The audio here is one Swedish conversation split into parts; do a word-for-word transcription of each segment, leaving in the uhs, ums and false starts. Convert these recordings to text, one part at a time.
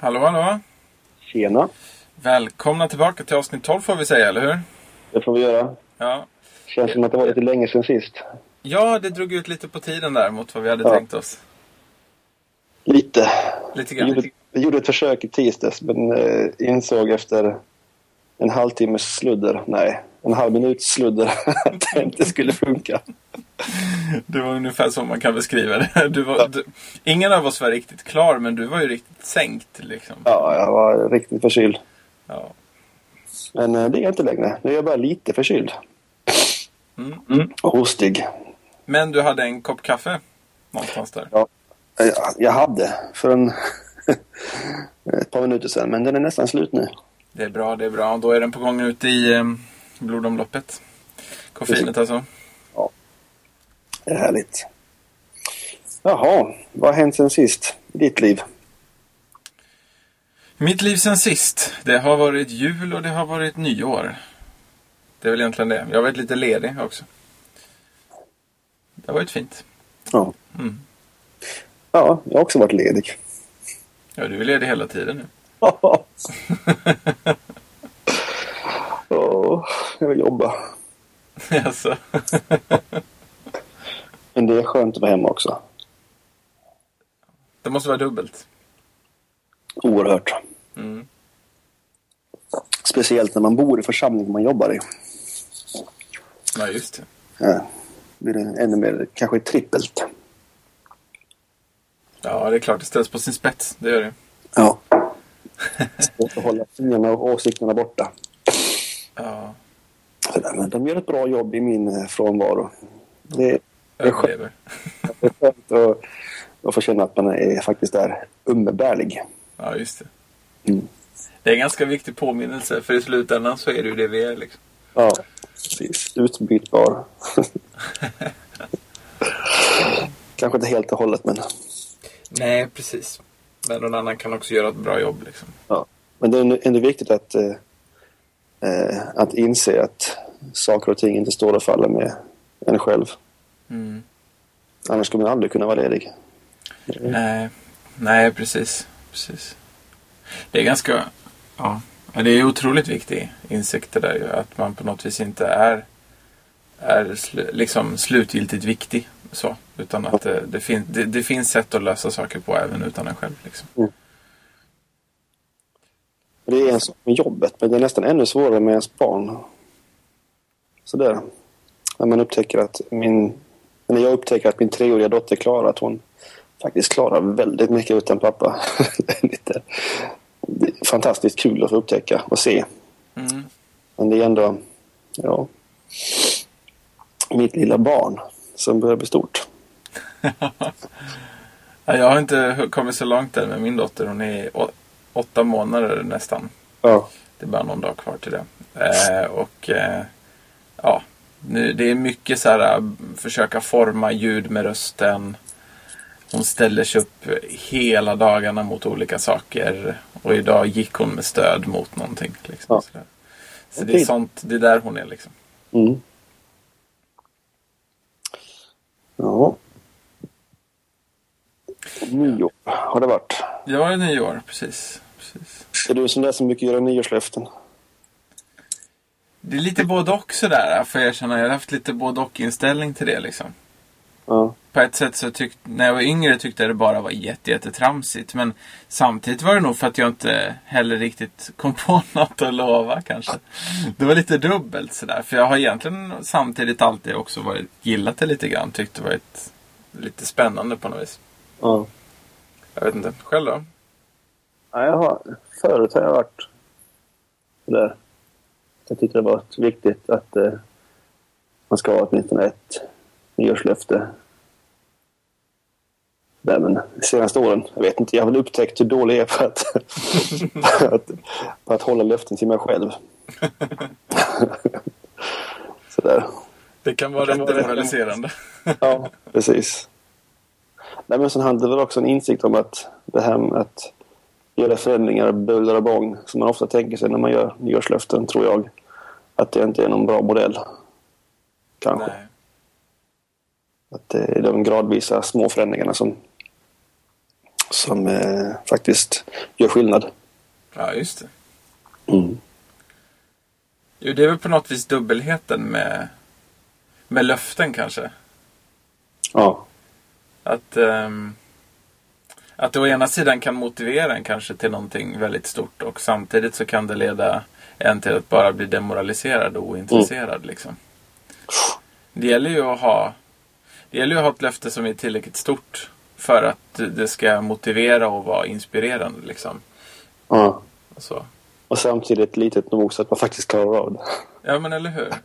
Hallå, hallå. Tjena. Välkomna tillbaka till avsnitt tolv får vi säga, eller hur? Det får vi göra. Ja. Känns som att det var lite länge sedan sist. Ja, det drog ut lite på tiden där mot vad vi hade ja. tänkt oss. Lite. Lite grann. Vi gjorde, vi gjorde ett försök i tisdags, men eh, insåg efter en halvtimme sludder, nej, en halv minut sludder att det inte skulle funka. Det var ungefär som man kan beskriva det. Du var, du, ingen av oss var riktigt klar, men du var ju riktigt sänkt liksom. Ja, jag var riktigt förkyld. Ja. Men eh, det är jag inte längre. Nu är jag bara lite förkyld. Mm. Mm. Och hostig. Men du hade en kopp kaffe någonstans där. Ja, jag, jag hade för en ett par minuter sedan, men den är nästan slut nu. Det är bra, det är bra. Då är den på gång ut i eh, blodomloppet. Koffeinet alltså. Ja, det är härligt. Jaha, vad har hänt sen sist i ditt liv? Mitt liv sen sist. Det har varit jul och det har varit nyår. Det är väl egentligen det. Jag har varit lite ledig också. Det har varit fint. Ja. Mm. Ja, jag har också varit ledig. Ja, du är ledig hela tiden nu. Ja, oh, jag vill jobba. Alltså. Men det är skönt att vara hemma också. Det måste vara dubbelt. Oerhört. Mm. Speciellt när man bor i församlingen man jobbar i. Ja, just det. Ja, blir det ännu mer, kanske trippelt. Ja, det är klart det ställs på sin spets. Det gör det. Ja. Svårt att hålla fingrarna och åsikterna borta. Ja. Sådär, men de gör ett bra jobb i min frånvaro. Det, det är skönt. Det är skönt att, att få känna att man är faktiskt där umbärlig. Ja, just det. Mm. Det är en ganska viktig påminnelse. För i slutändan så är det ju det vi är liksom. Ja, precis. Utbytbar. Kanske inte helt och hållet, men... Nej, precis. Men någon annan kan också göra ett bra jobb liksom. Ja, men det är ändå viktigt att, eh, att inse att saker och ting inte står och faller med en själv. Mm. Annars skulle man aldrig kunna vara ledig. Mm. Nej, nej precis. precis. Det är ganska... Ja, det är otroligt viktig insikt det där ju. Att man på något vis inte är, är sl, liksom slutgiltigt viktig. Så, utan att det, det, fin, det, det finns sätt att lösa saker på även utan en själv. Liksom. Mm. Det är en sak med jobbet, men det är nästan ännu svårare med ens barn. Så där. När man upptäcker att min... När jag upptäcker att min treåriga dotter Klara, att hon faktiskt klarar väldigt mycket utan pappa. Det är lite... Det är fantastiskt kul att få upptäcka och se. Mm. Men det är ändå... Ja... Mitt lilla barn som börjar bli stort. Jag har inte kommit så långt där med min dotter. Hon är å- åtta månader nästan. Ja. Det är bara någon dag kvar till det. Eh, och eh, ja, nu, det är mycket så här försöka forma ljud med rösten. Hon ställer sig upp hela dagarna mot olika saker. Och idag gick hon med stöd mot någonting. Liksom, ja. så så det är sånt, det är där hon är liksom. Mm. Ja. Nyår har det varit. Ja, det är nyår, precis. precis. Är du som där som mycket gör nyårslöften? Det är lite både och sådär. För jag känner att jag har haft lite både och inställning till det liksom. Ja. På ett sätt så tyckte, när jag var yngre tyckte jag det bara var jätte, jätte tramsigt. Men samtidigt var det nog för att jag inte heller riktigt kom på något att lova kanske. Det var lite dubbelt sådär. För jag har egentligen samtidigt alltid också varit, gillat det lite grann. Tyckte det var ett, lite spännande på något vis. Ja. Jag vet inte. Själv då? Ja, jag har, förut har jag varit där. Jag tycker det var viktigt att eh, man ska ha åtminstone ett nyårslöfte. Nej, men de senaste åren, jag vet inte, jag har väl upptäckt hur dålig jag är på att, att, på att hålla löften till mig själv. Sådär. Det kan vara rätt rivaliserande. Ja, precis. Nej, men sen handlar det väl också en insikt om att det här med att göra förändringar, buller och bång, som man ofta tänker sig när man gör nyårslöften, tror jag, att det inte är någon bra modell. Kanske. Nej. Att det är de gradvisa små förändringarna som, som eh, faktiskt gör skillnad. Ja, just det. Mm. Jo, det är väl på något vis dubbelheten med, med löften kanske. Ja. Att, um, att det å ena sidan kan motivera en kanske till någonting väldigt stort. Och samtidigt så kan det leda en till att bara bli demoraliserad och ointresserad. Mm. Liksom. Det gäller ju att ha det gäller ju att ha ett löfte som är tillräckligt stort för att det ska motivera och vara inspirerande. Liksom. Ja. Så. Och samtidigt litet nog så att man faktiskt klarar av det. Ja, men eller hur?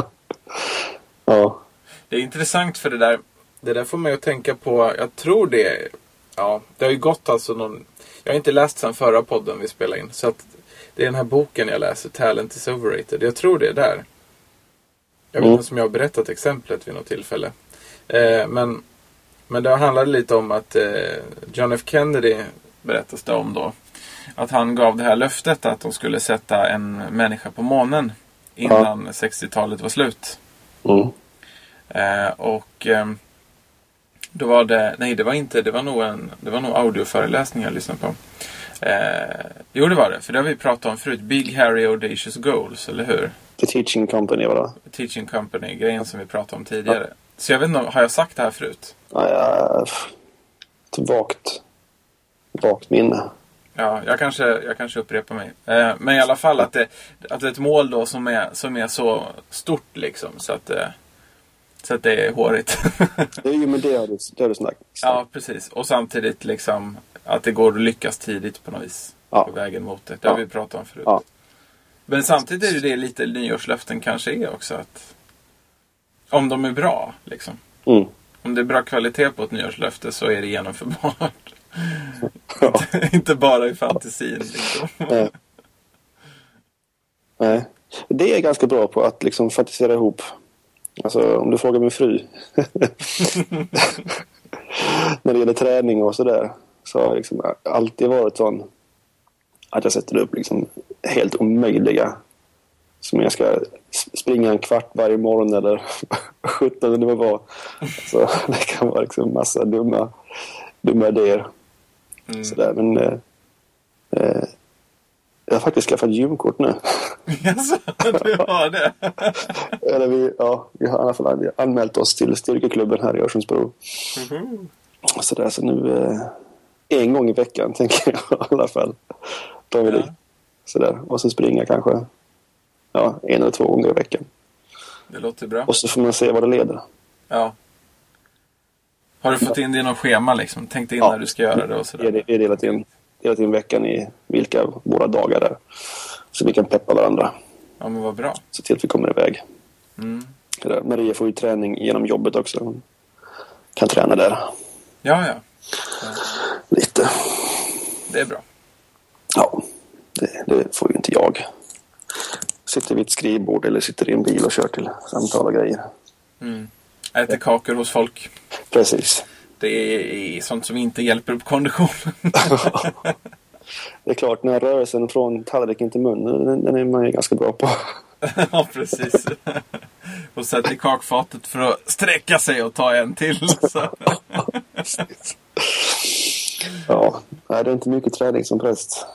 Ja. Det är intressant för det där. Det där får mig att tänka på, jag tror det, ja, det har ju gått alltså någon, jag har inte läst sen förra podden vi spelade in. Så att det är den här boken jag läser, Talent is Overrated. Jag tror det är där. Jag vet Mm. inte om jag har berättat exemplet vid något tillfälle. Eh, men, men det handlade lite om att eh, John F. Kennedy berättas det om då. Att han gav det här löftet att de skulle sätta en människa på månen innan ja. sextiotalet var slut. Mm. Eh, och eh, då var det, nej det var inte, det var nog en, det var nog audioföreläsning jag lyssnade på. Eh, jo det var det, för det har vi pratat om förut. Big Harry Audacious Goals, eller hur? The Teaching Company var det. Teaching Company, grejen som vi pratade om tidigare. Ja. Så jag vet inte, har jag sagt det här förut? Ja, ja, ett vagt, vagt minne. Ja, jag kanske, jag kanske upprepar mig. Eh, men i alla fall att det, att det är ett mål då som är, som är så stort liksom, så att, eh, så att det är hårigt. Det är ju med det har du, det har du snackat. Ja, precis. Och samtidigt liksom att det går att lyckas tidigt på något vis. Ja. På vägen mot det. Det har ja. vi pratat om förut. Ja. Men samtidigt är det, det lite nyårslöften kanske är också. Att om de är bra liksom. Mm. Om det är bra kvalitet på ett nyårslöfte så är det genomförbart. Ja. Inte bara i fantasin liksom. Nej. Nej. Det är jag ganska bra på att liksom fantisera ihop. Alltså om du frågar min fru. När det gäller träning och sådär. Så har jag liksom alltid varit sån. Att jag sätter upp liksom helt omöjliga. Som jag ska springa en kvart varje morgon eller sjutton eller vad det var. Så det kan vara liksom massa dumma, dumma idéer. Mm. Sådär, men eh, eh, jag har faktiskt skaffat gymkort nu. Jaså, du har det? Eller vi, ja, vi har i alla fall anmält oss till styrkeklubben här i Örsundsbro. Mm-hmm. Sådär, så nu eh, en gång i veckan tänker jag i alla fall. Tar vi ja. dit. Sådär, och så springa kanske ja, en eller två gånger i veckan. Det låter bra. Och så får man se vad det leder. Ja. Har du fått in det i något schema liksom? Tänkt in ja. när du ska göra det och sådär? Det är delat in, delat in veckan i vilka våra dagar är. Så vi kan peppa varandra. Ja, men vad bra. Så till att vi kommer iväg. Mm. Maria får ju träning genom jobbet också. Hon kan träna där. Ja, ja. ja. Lite. Det är bra. Ja, det, det får ju inte jag. Sitter vid ett skrivbord eller sitter i en bil och kör till samtal och grejer. Mm. Äter kakor hos folk. Precis. Det är sånt som inte hjälper upp konditionen. Det är klart, den här rörelsen från tallriken till munnen, den, den är man ju ganska bra på. Ja, precis. Och sätta i kakfatet för att sträcka sig och ta en till. Så. Ja, det är inte mycket träning som präst.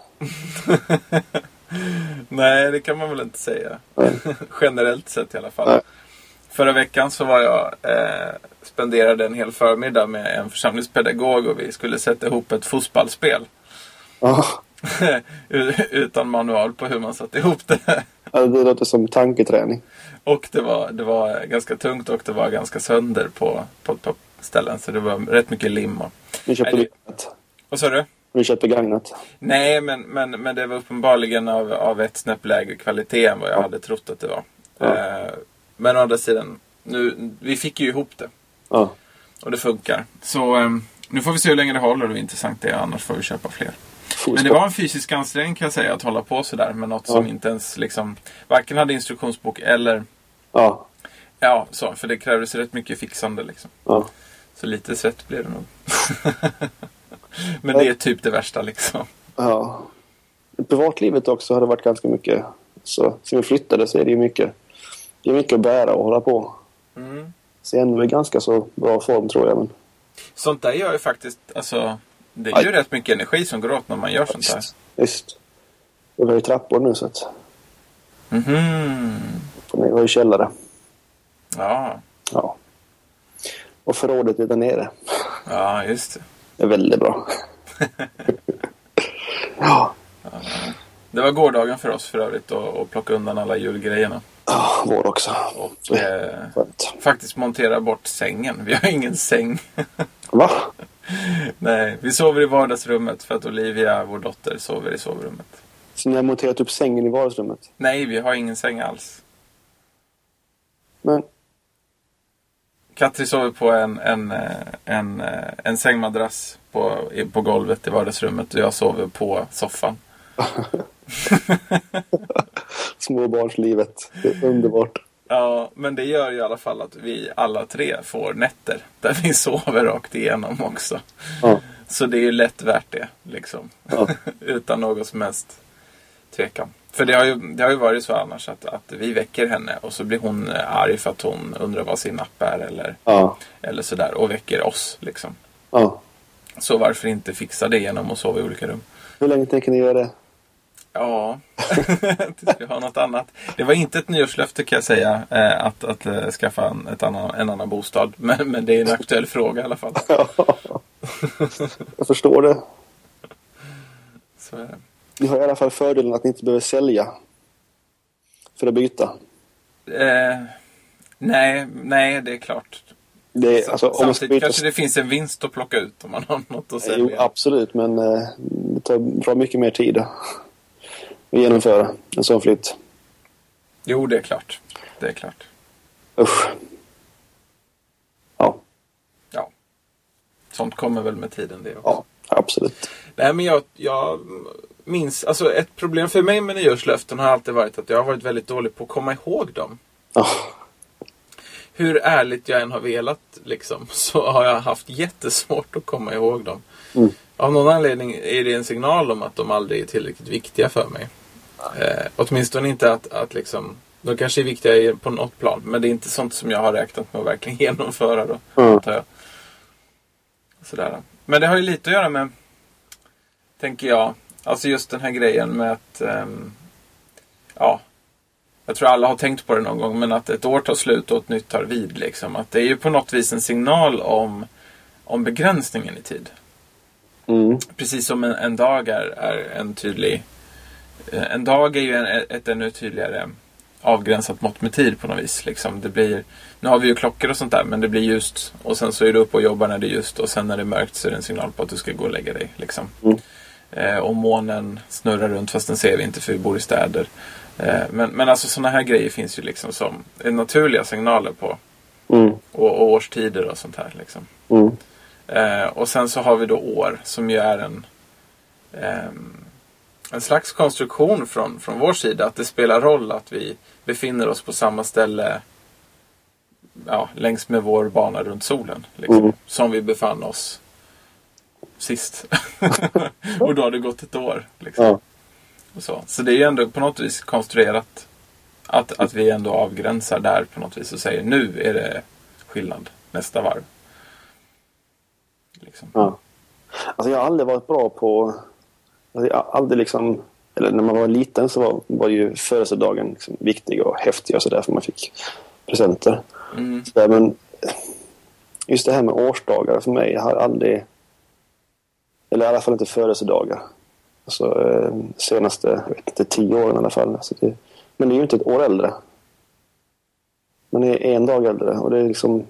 Nej, det kan man väl inte säga. Generellt sett i alla fall. Nej. Förra veckan så var jag eh, spenderade en hel förmiddag med en församlingspedagog och vi skulle sätta ihop ett fotbollsspel. Ja. Utan manual på hur man satte ihop det. Ja, det låter som tanketräning. Och det var, det var ganska tungt och det var ganska sönder på, på, på ställen. Så det var rätt mycket lim. Och, vi köpte begagnat. Vad sa du? Vi köpte begagnat. Nej, men, men, men det var uppenbarligen av, av ett snäpp lägre kvalitet än vad jag ja. hade trott att det var. Ja. Eh, men å andra sidan, nu, vi fick ju ihop det. Ja. Och det funkar. Så eh, nu får vi se hur länge det håller och hur intressant det är. Annars får vi köpa fler. Fotboll. Men det var en fysisk ansträngning kan jag säga att hålla på sådär med något ja. som inte ens liksom varken hade instruktionsbok eller ja, ja så, för det krävdes rätt mycket fixande liksom. Ja. Så lite svett blev det nog. Men det är typ det värsta liksom. Ja. Privatlivet också hade varit ganska mycket så sen vi flyttade så är det ju mycket det är mycket att bära och hålla på. Mm. Så ändå är ganska så bra form tror jag men. Sånt där gör ju faktiskt alltså Det är ju Aj. rätt mycket energi som går åt när man gör sånt här. Visst. Vi har ju trappor nu så att... Mhm. Vi har ju källare. Ja. Ja. Och förrådet är där nere. Ja, just det. Det är väldigt bra. Ja. Ja. Det var gårdagen för oss för övrigt att plocka undan alla julgrejerna. Ja, vår också. Och eh, faktiskt montera bort sängen. Vi har ingen säng. Va? Nej, vi sover i vardagsrummet för att Olivia, vår dotter, sover i sovrummet. Så ni har monterat upp sängen i vardagsrummet? Nej, vi har ingen säng alls. Men... Katri sover på en, en, en, en sängmadrass på, på golvet i vardagsrummet och jag sover på soffan. Småbarnslivet, det är underbart. Ja, men det gör ju i alla fall att vi alla tre får nätter där vi sover rakt igenom också. Ja. Så det är ju lätt värt det, liksom. Ja. Utan något som helst tvekan. För det har ju, det har ju varit så annars att, att vi väcker henne och så blir hon arg för att hon undrar vad sin napp är eller, ja. eller sådär och väcker oss, liksom. Ja. Så varför inte fixa det genom att sova i olika rum? Hur länge tänker ni göra det? Ja, tills vi har något annat. Det var inte ett nyårslöfte kan jag säga eh, att, att äh, skaffa en, ett annan, en annan bostad. Men, men det är en aktuell fråga i alla fall. Ja, jag förstår det. Så är det. Ni har i alla fall fördelen att ni inte behöver sälja för att byta. Eh, nej, nej, det är klart. Det är, alltså, om samtidigt byta... kanske det finns en vinst att plocka ut om man har något att sälja. Jo, absolut, men eh, det tar bra mycket mer tid att genomföra en sån flytt. Jo, det är klart. Det är klart. Usch. Ja. Ja. Sånt kommer väl med tiden det också. Ja, absolut. Nej, men jag, jag minns... Alltså, ett problem för mig med nyårslöften har alltid varit att jag har varit väldigt dålig på att komma ihåg dem. Ja. Hur ärligt jag än har velat, liksom, så har jag haft jättesvårt att komma ihåg dem. Mm. Av någon anledning är det en signal om att de aldrig är tillräckligt viktiga för mig. Eh, åtminstone inte att, att liksom... De kanske är viktiga på något plan, men det är inte sånt som jag har räknat med att verkligen genomföra då. Mm. Jag. Sådär. Men det har ju lite att göra med, tänker jag, alltså just den här grejen med att... Um, ja... Jag tror alla har tänkt på det någon gång, men att ett år tar slut och ett nytt tar vid. Liksom. Att det är ju på något vis en signal om, om begränsningen i tid. Mm. Precis som en, en dag är, är en tydlig... En dag är ju en, ett ännu tydligare avgränsat mått med tid på något vis. Liksom. Det blir, nu har vi ju klockor och sånt där, men det blir just. Och sen så är du uppe och jobbar när det är just. Och sen när det är mörkt så är det en signal på att du ska gå och lägga dig. Liksom. Mm. Eh, och månen snurrar runt, fast den ser vi inte för vi bor i städer. Men, men alltså sådana här grejer finns ju liksom som naturliga signaler på. Mm. Och, och årstider och sånt här liksom. Mm. Eh, och sen så har vi då år som ju är en eh, en slags konstruktion från, från vår sida. Att det spelar roll att vi befinner oss på samma ställe, ja, längs med vår bana runt solen. Liksom, mm. Som vi befann oss sist. Och då har det gått ett år. Liksom. Ja. Och så. så det är ju ändå på något vis konstruerat att, att vi ändå avgränsar där på något vis och säger nu är det skillnad nästa varv. Liksom. Ja. Alltså jag har aldrig varit bra på, alltså jag har aldrig liksom, eller när man var liten så var, var ju födelsedagen liksom viktig och häftig och sådär för man fick presenter. Mm. Så där, men just det här med årsdagar för mig har aldrig, eller i alla fall inte födelsedagar. Alltså senaste, jag vet inte, tio åren i alla fall. Alltså det, men det är ju inte ett år äldre. Man är en dag äldre och det är liksom...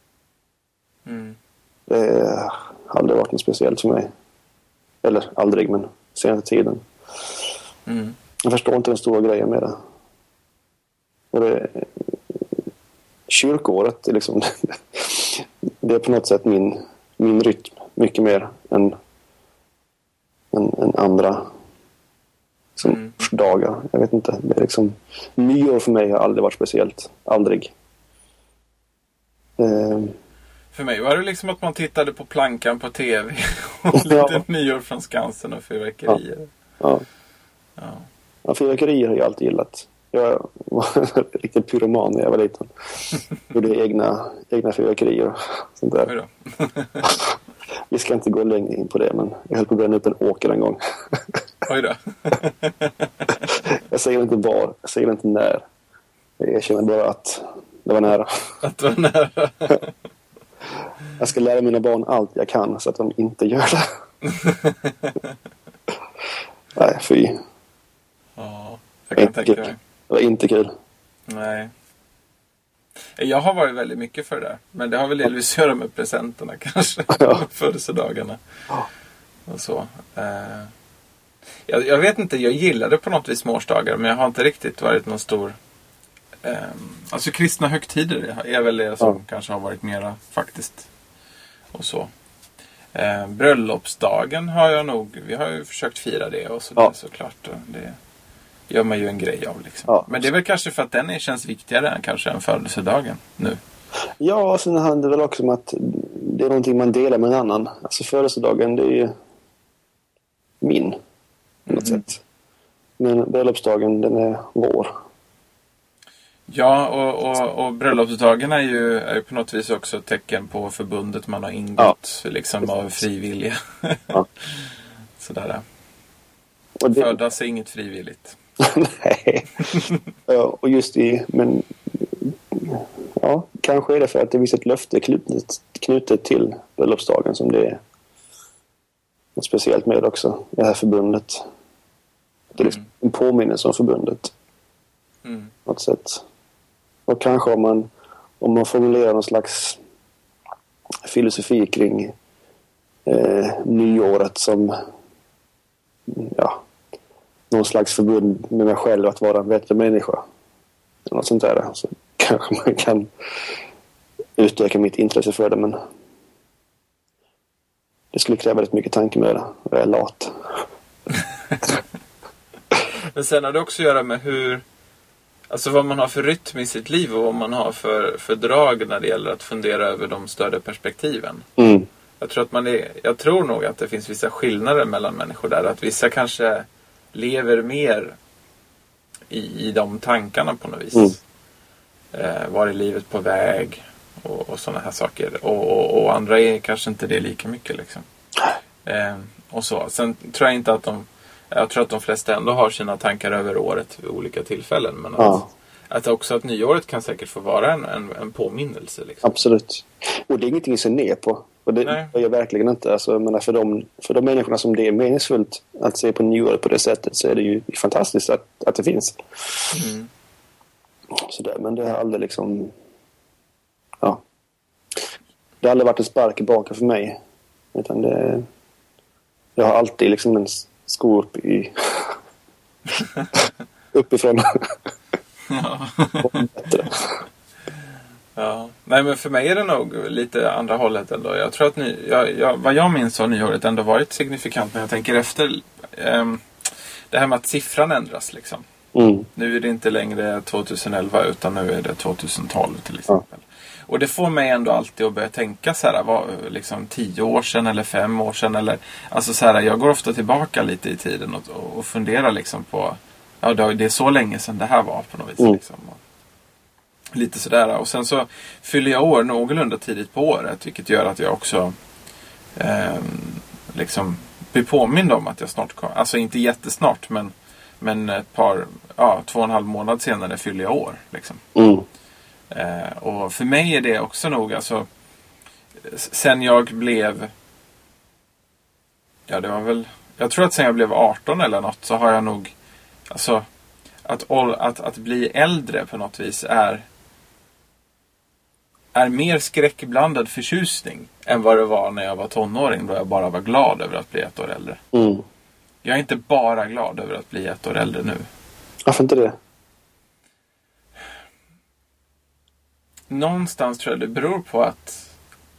Mm. Det har aldrig varit något speciellt för mig. Eller aldrig, men senaste tiden. Mm. Jag förstår inte den stora grejen med det. Och det kyrkåret är liksom... det är på något sätt min, min rytm. Mycket mer än... En, en andra som mm. dagar. Jag vet inte. Det är liksom, nyår för mig har aldrig varit speciellt. Aldrig. Eh. För mig var det liksom att man tittade på plankan på tv och lite ja. Nyår från Skansen och fyrverkerier. Ja. Ja. Ja, fyrverkerier har jag alltid gillat. Jag var riktigt pyroman när jag var liten. Gjorde egna, egna fyrverkerier. Sånt där. Vi ska inte gå längre in på det, men jag höll på att bränna upp en åker en gång. Oj då. Jag säger inte var, jag säger inte när. Jag känner bara att det var nära. Att det var nära. Jag ska lära mina barn allt jag kan så att de inte gör det. Nej, fy. Ja, jag kan tänka mig. Det var inte kul. Nej. Jag har varit väldigt mycket för det där. Men det har väl delvis att göra med presenterna kanske. Ja. Födelsedagarna. Och så. Eh, jag, jag vet inte, jag gillade på något vis smådagar. Men jag har inte riktigt varit någon stor... Eh, alltså kristna högtider är väl det som ja. kanske har varit mera faktiskt. Och så. Eh, bröllopsdagen har jag nog... Vi har ju försökt fira det och så ja. det, såklart. Det gör man ju en grej av liksom. Ja. Men det är väl kanske för att den är, känns viktigare än kanske än födelsedagen nu. Ja, och sen handlar det väl också om att det är någonting man delar med en annan. Alltså födelsedagen, det är ju min på något mm. sätt. Men bröllopsdagen, den är vår. Ja, och, och, och bröllopsdagen är ju, är ju på något vis också ett tecken på förbundet man har ingått ja. liksom av frivilliga. Ja. Sådär. Och det... Födas är inget frivilligt. Nej. Ja, och just i, men ja, kanske är det för att det finns ett löfte knutet, knutet till bröllopsdagen som det är något speciellt med också, det här förbundet. Det är liksom mm. en påminnelse om förbundet. Mm. På något sätt. Och kanske om man, om man formulerar någon slags filosofi kring eh, nyåret som ja, någon slags förbund med mig själv att vara en bättre människa. Eller något sånt där. Så kanske man kan utöka mitt intresse för det, men det skulle kräva rätt mycket tanke med det. Jag är lat. Men sen har det också att göra med hur, alltså vad man har för rytm i sitt liv och vad man har för, för drag när det gäller att fundera över de större perspektiven. Mm. Jag tror att man är, jag tror nog att det finns vissa skillnader mellan människor där. Att vissa kanske lever mer i, i de tankarna på något vis. Mm. Eh, var är livet på väg och, och sådana här saker. Och, och, och andra är kanske inte det lika mycket liksom. Eh, och så. Sen tror jag inte att de, jag tror att de flesta ändå har sina tankar över året vid olika tillfällen. Men att, ja. att också att nyåret kan säkert få vara en, en, en påminnelse. Liksom. Absolut. Och det är ingenting att se ner på. Och det Nej. är jag verkligen inte. Alltså, jag menar, för, de, för de människorna som det är meningsfullt att se på nyåret på det sättet så är det ju fantastiskt att, att det finns. Mm. Så där, men det har aldrig liksom... Ja. Det har aldrig varit en spark tillbaka för mig. Utan det... Jag har alltid liksom en sko upp i... uppifrån. Ja. Ja. Nej, men för mig är det nog lite andra hållet ändå. Jag tror att ni, jag, jag, vad jag minns har nyåret ändå varit signifikant. Men jag tänker efter um, det här med att siffran ändras liksom. Mm. Nu är det inte längre tjugoelva utan nu är det tjugotolv till exempel. Ja. Och det får mig ändå alltid att börja tänka så här, vad, liksom tio år sedan eller fem år sedan. Eller, alltså så här, jag går ofta tillbaka lite i tiden och, och funderar liksom på, ja det är så länge sedan det här var på något vis. Mm. Liksom. Lite sådär. Och sen så fyller jag år någorlunda tidigt på året. Vilket gör att jag också eh, liksom blir påmind om att jag snart kommer. Alltså inte jättesnart men, men ett par, ja, två och en halv månad senare fyller jag år. Liksom. Mm. Eh, och för mig är det också nog, alltså sen jag blev, ja det var väl, jag tror att sen jag blev arton eller något så har jag nog, alltså att, att, att bli äldre på något vis är är mer skräckblandad förtjusning än vad det var när jag var tonåring då jag bara var glad över att bli ett år äldre. Mm. Jag är inte bara glad över att bli ett år äldre nu. Varför inte det? Någonstans tror jag det beror på att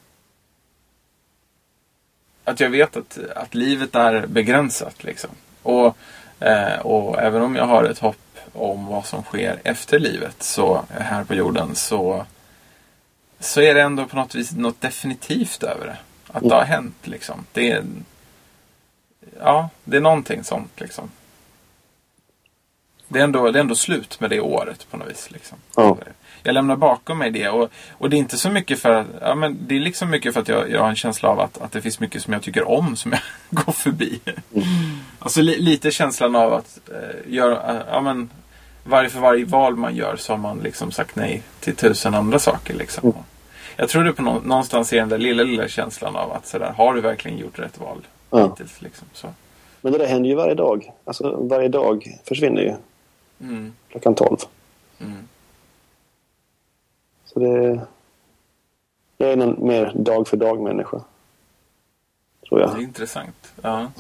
att jag vet att, att livet är begränsat liksom. Och, eh, och även om jag har ett hopp om vad som sker efter livet så här på jorden så så är det ändå på något vis något definitivt över det. Att det har hänt liksom. Det är, ja, det är någonting sånt liksom. Det är ändå, det är ändå slut med det året på något vis liksom. Ja. jag lämnar bakom mig det. Och, och det är inte så mycket för att, ja men det är liksom mycket för att jag, jag har en känsla av att, att det finns mycket som jag tycker om som jag går förbi. Mm. Alltså li, lite känslan av att eh, göra, ja men varje för varje val man gör så har man liksom sagt nej till tusen andra saker liksom. Mm. Jag tror det på nå, någonstans i den där lilla, lilla känslan av att sådär, har du verkligen gjort rätt val ja. hittills liksom så. Men det där händer ju varje dag. Alltså varje dag försvinner ju. Mm. Klockan tolv. Mm. Så det... Jag är en mer dag för dag människa. Tror jag. Det är intressant. Ja.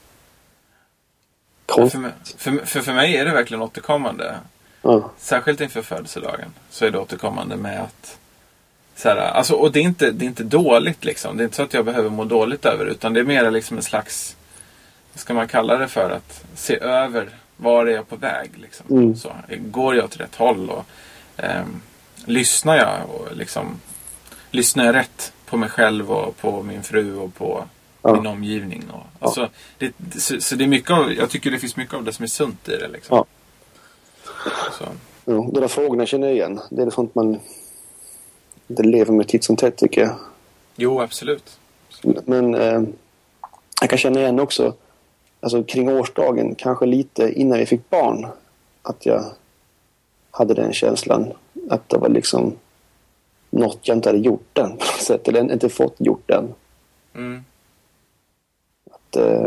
Konst. För, mig, för, för, för mig är det verkligen återkommande. Ja. Särskilt inför födelsedagen så är det återkommande med att så här, alltså, och det är, inte, det är inte dåligt liksom. Det är inte så att jag behöver må dåligt över, utan det är mer liksom en slags, vad ska man kalla det för, att se över var är jag på väg liksom. Mm. Så, går jag åt rätt håll och eh, lyssnar jag och liksom lyssnar jag rätt på mig själv och på min fru och på ja. min omgivning och, alltså, ja. det, så, så det är mycket av, jag tycker det finns mycket av det som är sunt i det liksom. Ja. Så. Ja, de där frågorna känner jag igen. Det är sånt man inte lever med titt som tätt, tycker jag. Jo, absolut. Men eh, jag kan känna igen också, alltså kring årsdagen, kanske lite innan vi fick barn, att jag hade den känslan att det var liksom något jag inte hade gjort den på något sätt, eller inte fått gjort den. Mm. Att, eh,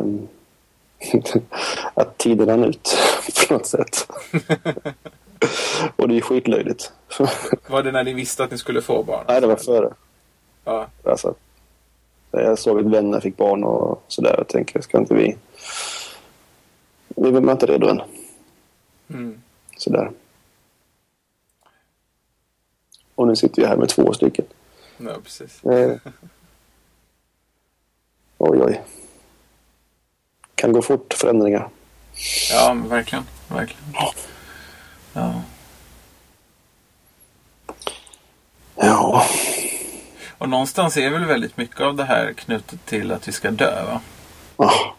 att tiden rann ut på något sätt. Och det är skitlöjligt. Var det när ni visste att ni skulle få barn? Nej, det var före. Ja. Alltså, jag såg att vänner fick barn och sådär. Jag tänker, ska inte vi... Vi var inte redo än. Mm. Sådär. Och nu sitter vi här med två stycken. Ja, precis. Eh. Oj, oj. Kan gå fort, förändringar. Ja, men verkligen. Verkligen. Ja. Ja. Och någonstans är väl väldigt mycket av det här knutet till att vi ska dö, va? Oh.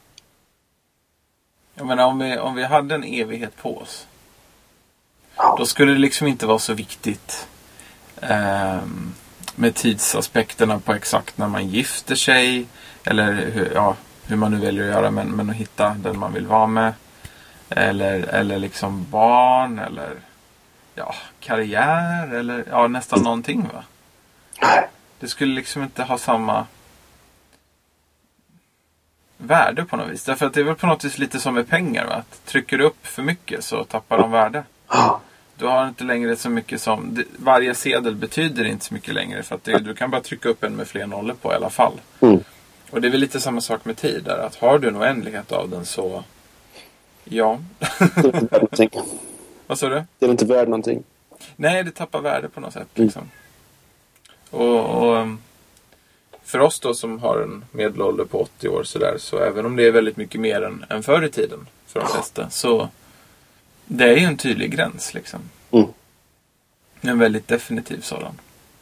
Jag menar, om vi, om vi hade en evighet på oss, då skulle det liksom inte vara så viktigt eh, med tidsaspekterna på exakt när man gifter sig, eller hur, ja, hur man nu väljer att göra, men, men att hitta den man vill vara med, eller, eller liksom barn, eller ja, karriär, eller ja, nästan någonting, va? Det skulle liksom inte ha samma värde på något vis. Därför att det är väl på något vis lite som med pengar, va? Att trycker du upp för mycket så tappar de värde. Du har inte längre så mycket som... Varje sedel betyder inte så mycket längre. För att det, du kan bara trycka upp en med fler nollor på i alla fall. Mm. Och det är väl lite samma sak med tid där. Att har du en oändlighet av den så... Ja. Det är inte värd någonting. Vad sa du? Det är inte värd någonting. Nej, det tappar värde på något sätt. Liksom. Mm. Och, och för oss då som har en medelålder på åttio år så, där, så även om det är väldigt mycket mer än, än förr i tiden för de flesta, så det är ju en tydlig gräns liksom. Mm. En väldigt definitiv sådan.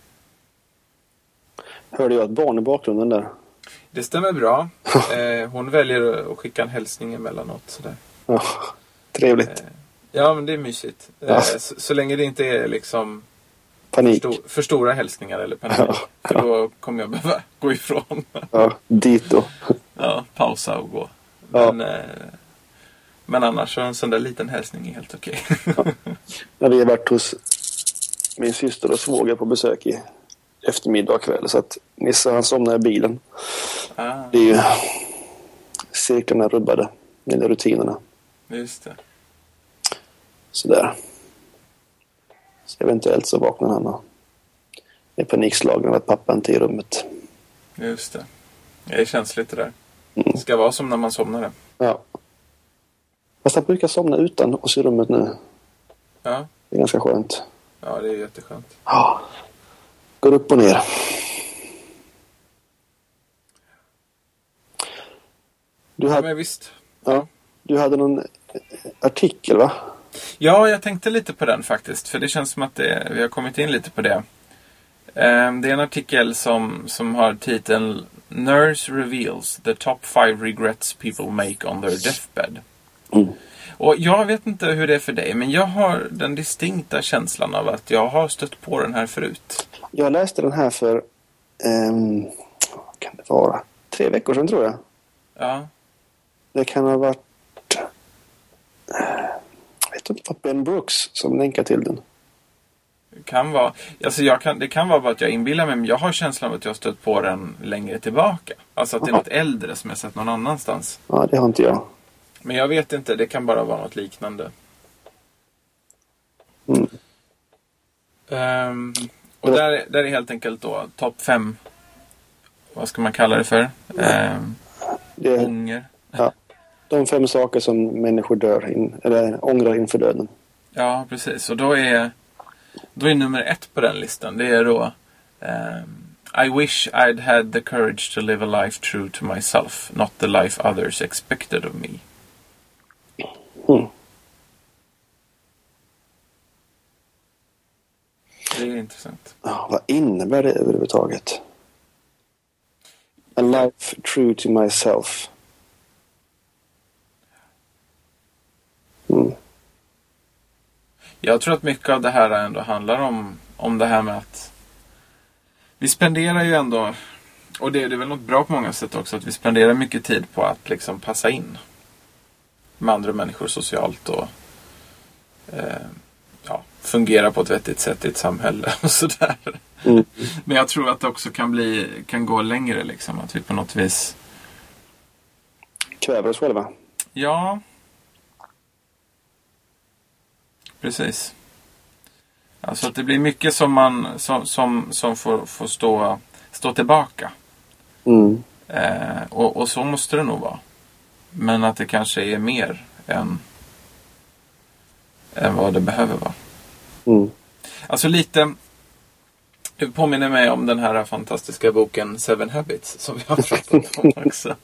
Hörde jag ett barn i bakgrunden där? Det stämmer bra. eh, hon väljer att skicka en hälsning emellanåt sådär. Ja, trevligt. Eh, ja, men det är mysigt. Eh, ja. så, så länge det inte är liksom panik. För, stor, för stora hälsningar eller panik. Ja, ja. För då kommer jag behöva gå ifrån. Ja, dit då. Ja, pausa och gå. Men, ja. eh, men annars så en sån där liten hälsning är helt okej. Ja. När vi har varit hos min syster och svåger på besök i eftermiddag och kväll, så att Nisse, han somnar i bilen. Ah. Det är ju cirklarna rubbade, eller rutinerna. Just det. Sådär. Så eventuellt så vaknar han och är panikslagen av att pappa inte är i rummet. Just det. Det är känsligt det där. Mm. Det ska vara som när man somnar. Ja. Fast han brukar somna utan oss i rummet nu. Ja. Det är ganska skönt. Ja, det är jätteskönt. Ja. Går upp och ner. Du hade, ja, men visst. Ja, du hade någon artikel, va? Ja, jag tänkte lite på den faktiskt. För det känns som att det, vi har kommit in lite på det. Det är en artikel som, som har titeln Nurse reveals the top five regrets people make on their deathbed. Mm. Och jag vet inte hur det är för dig, men jag har den distinkta känslan av att jag har stött på den här förut. Jag läste den här för, um, vad kan det vara? Tre veckor sedan tror jag. Ja. Det kan ha varit, jag vet inte, vad Ben Brooks som länkar till den. Det kan vara, alltså jag kan, det kan vara bara att jag inbillar mig, men jag har känslan av att jag har stött på den längre tillbaka. Alltså att det är något äldre som jag sett någon annanstans. Ja, det har inte jag. Men jag vet inte, det kan bara vara något liknande. Mm. Um, och där, där är helt enkelt då topp fem, vad ska man kalla det för? Um, det, ånger. Ja, de fem saker som människor dör in, eller ångrar inför döden. Ja, precis. Och då är, då är nummer ett på den listan, det är då um, I wish I'd had the courage to live a life true to myself, not the life others expected of me. Mm. Det är intressant. Ja, vad innebär det överhuvudtaget? A life true to myself. Mm. Jag tror att mycket av det här ändå handlar om, om det här med att vi spenderar ju ändå, och det, det är väl något bra på många sätt också, att vi spenderar mycket tid på att liksom passa in med andra människor socialt och eh, ja, fungera på ett vettigt sätt i ett samhälle och sådär. Mm. Men jag tror att det också kan bli, kan gå längre liksom, att vi på något vis kväver oss själva. Ja. Precis. Alltså att det blir mycket som man som, som, som får, får stå, stå tillbaka. Mm. Eh, och, och så måste det nog vara. Men att det kanske är mer än, än vad det behöver vara. Mm. Alltså lite, du påminner mig om den här fantastiska boken Seven Habits som vi har pratat om också.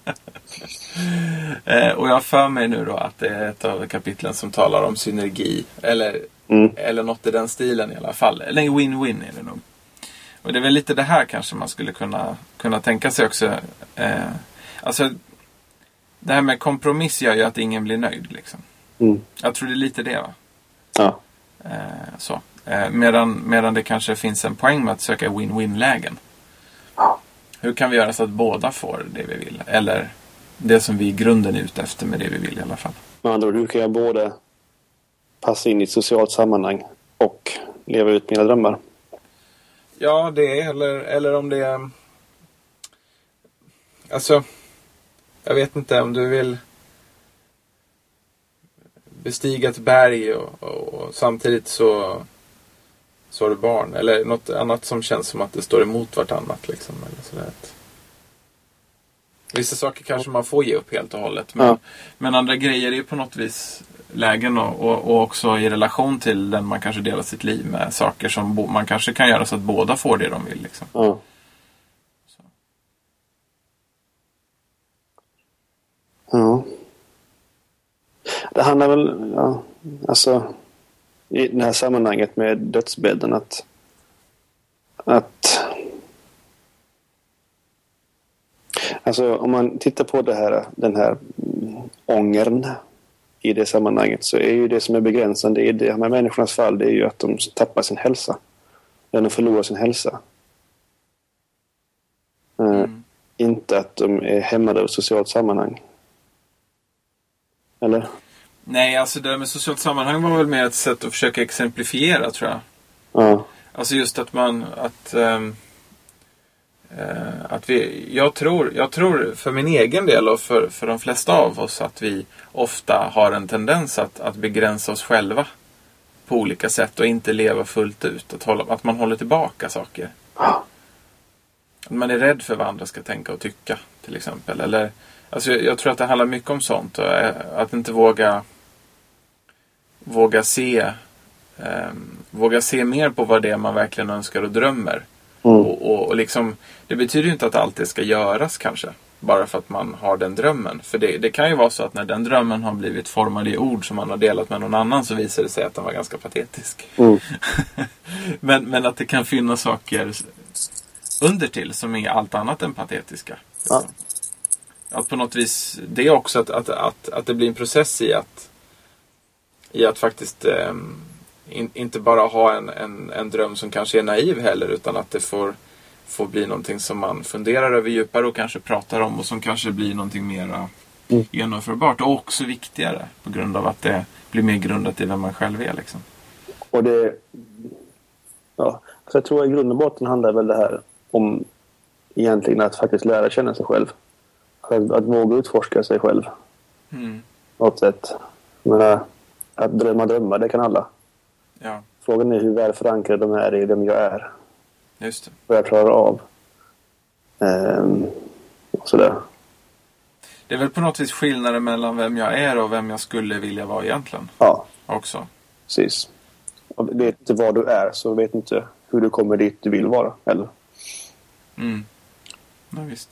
eh, och jag för mig nu då att det är ett av kapitlen som talar om synergi. Eller, mm. eller något i den stilen i alla fall. Eller win-win är det nog. Och det är väl lite det här kanske man skulle kunna, kunna tänka sig också. Eh, alltså det här med kompromiss gör ju att ingen blir nöjd liksom. Mm. Jag tror det är lite det, va? Ja. Eh, så. Eh, medan, medan det kanske finns en poäng med att söka win-win-lägen. Ja. Hur kan vi göra så att båda får det vi vill? Eller det som vi i grunden är ute efter med det vi vill i alla fall. Med andra ord, hur kan jag både passa in i ett socialt sammanhang och leva ut mina drömmar? Ja, det är, eller, eller om det är... Alltså, jag vet inte om du vill bestiga ett berg och, och, och samtidigt så, så har du barn. Eller något annat som känns som att det står emot vartannat. Liksom, eller sådär. Vissa saker kanske man får ge upp helt och hållet. Men, ja. men andra grejer är på något vis lägen och, och, och också i relation till den man kanske delar sitt liv med. Saker som bo, man kanske kan göra så att båda får det de vill. Liksom. Ja. Så. Ja. Det handlar väl, ja, alltså i det här sammanhanget med dödsbädden att att alltså om man tittar på det här, den här ångern i det sammanhanget, så är ju det som är begränsande i det med människornas fall, det är ju att de tappar sin hälsa. Eller de förlorar sin hälsa. Mm. Uh, inte att de är hämmade av socialt sammanhang. Eller? Nej, alltså det med socialt sammanhang var väl mer ett sätt att försöka exemplifiera, tror jag. Ja. Alltså just att man att um, uh, att vi jag tror jag tror för min egen del och för för de flesta av oss att vi ofta har en tendens att att begränsa oss själva på olika sätt och inte leva fullt ut, att hålla, att man håller tillbaka saker. Ja. Att man är rädd för vad andra ska tänka och tycka, till exempel, eller alltså jag, jag tror att det handlar mycket om sånt, och, uh, att inte våga våga se um, våga se mer på vad det är man verkligen önskar och drömmer. Mm. Och, och, och liksom, det betyder ju inte att allt det ska göras kanske, bara för att man har den drömmen. För det, det kan ju vara så att när den drömmen har blivit formad i ord som man har delat med någon annan, så visar det sig att den var ganska patetisk. Mm. men, men att det kan finnas saker under till som är allt annat än patetiska. Ja. Att på något vis, det är också att, att, att, att det blir en process i att i att faktiskt eh, in, inte bara ha en, en, en dröm som kanske är naiv heller, utan att det får, får bli någonting som man funderar över djupare och kanske pratar om, och som kanske blir någonting mer mm. genomförbart och också viktigare på grund av att det blir mer grundat i vem man själv är liksom. Och det, ja, så jag tror i grund och botten handlar väl det här om egentligen att faktiskt lära känna sig själv. Att, att våga utforska sig själv. Mm. Något sätt. Men att drömma drömmar, det kan alla. Ja. Frågan är hur väl förankrade de är i vem jag är. Just det. Vad jag klarar av. Ehm, och sådär. Det är väl på något vis skillnaden mellan vem jag är och vem jag skulle vilja vara egentligen. Ja. Också. Precis. Och vet inte vad du är, så vet inte hur du kommer dit du vill vara. Eller? Mm. Ja, visst.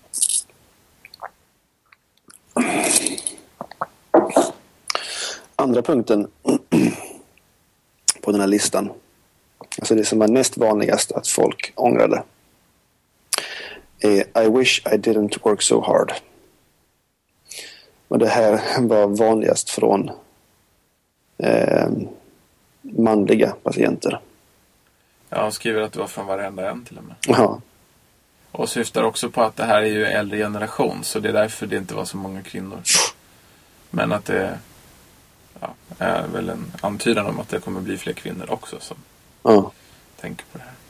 Andra punkten på den här listan, alltså det som var näst vanligast att folk ångrade, är I wish I didn't work so hard. Och det här var vanligast från eh, manliga patienter. Ja, han skriver att det var från varenda en till och med. Ja. Och syftar också på att det här är ju äldre generation, så det är därför det inte var så många kvinnor. Men att det ja, är väl en antydan om att det kommer bli fler kvinnor också som ja. tänker på det här.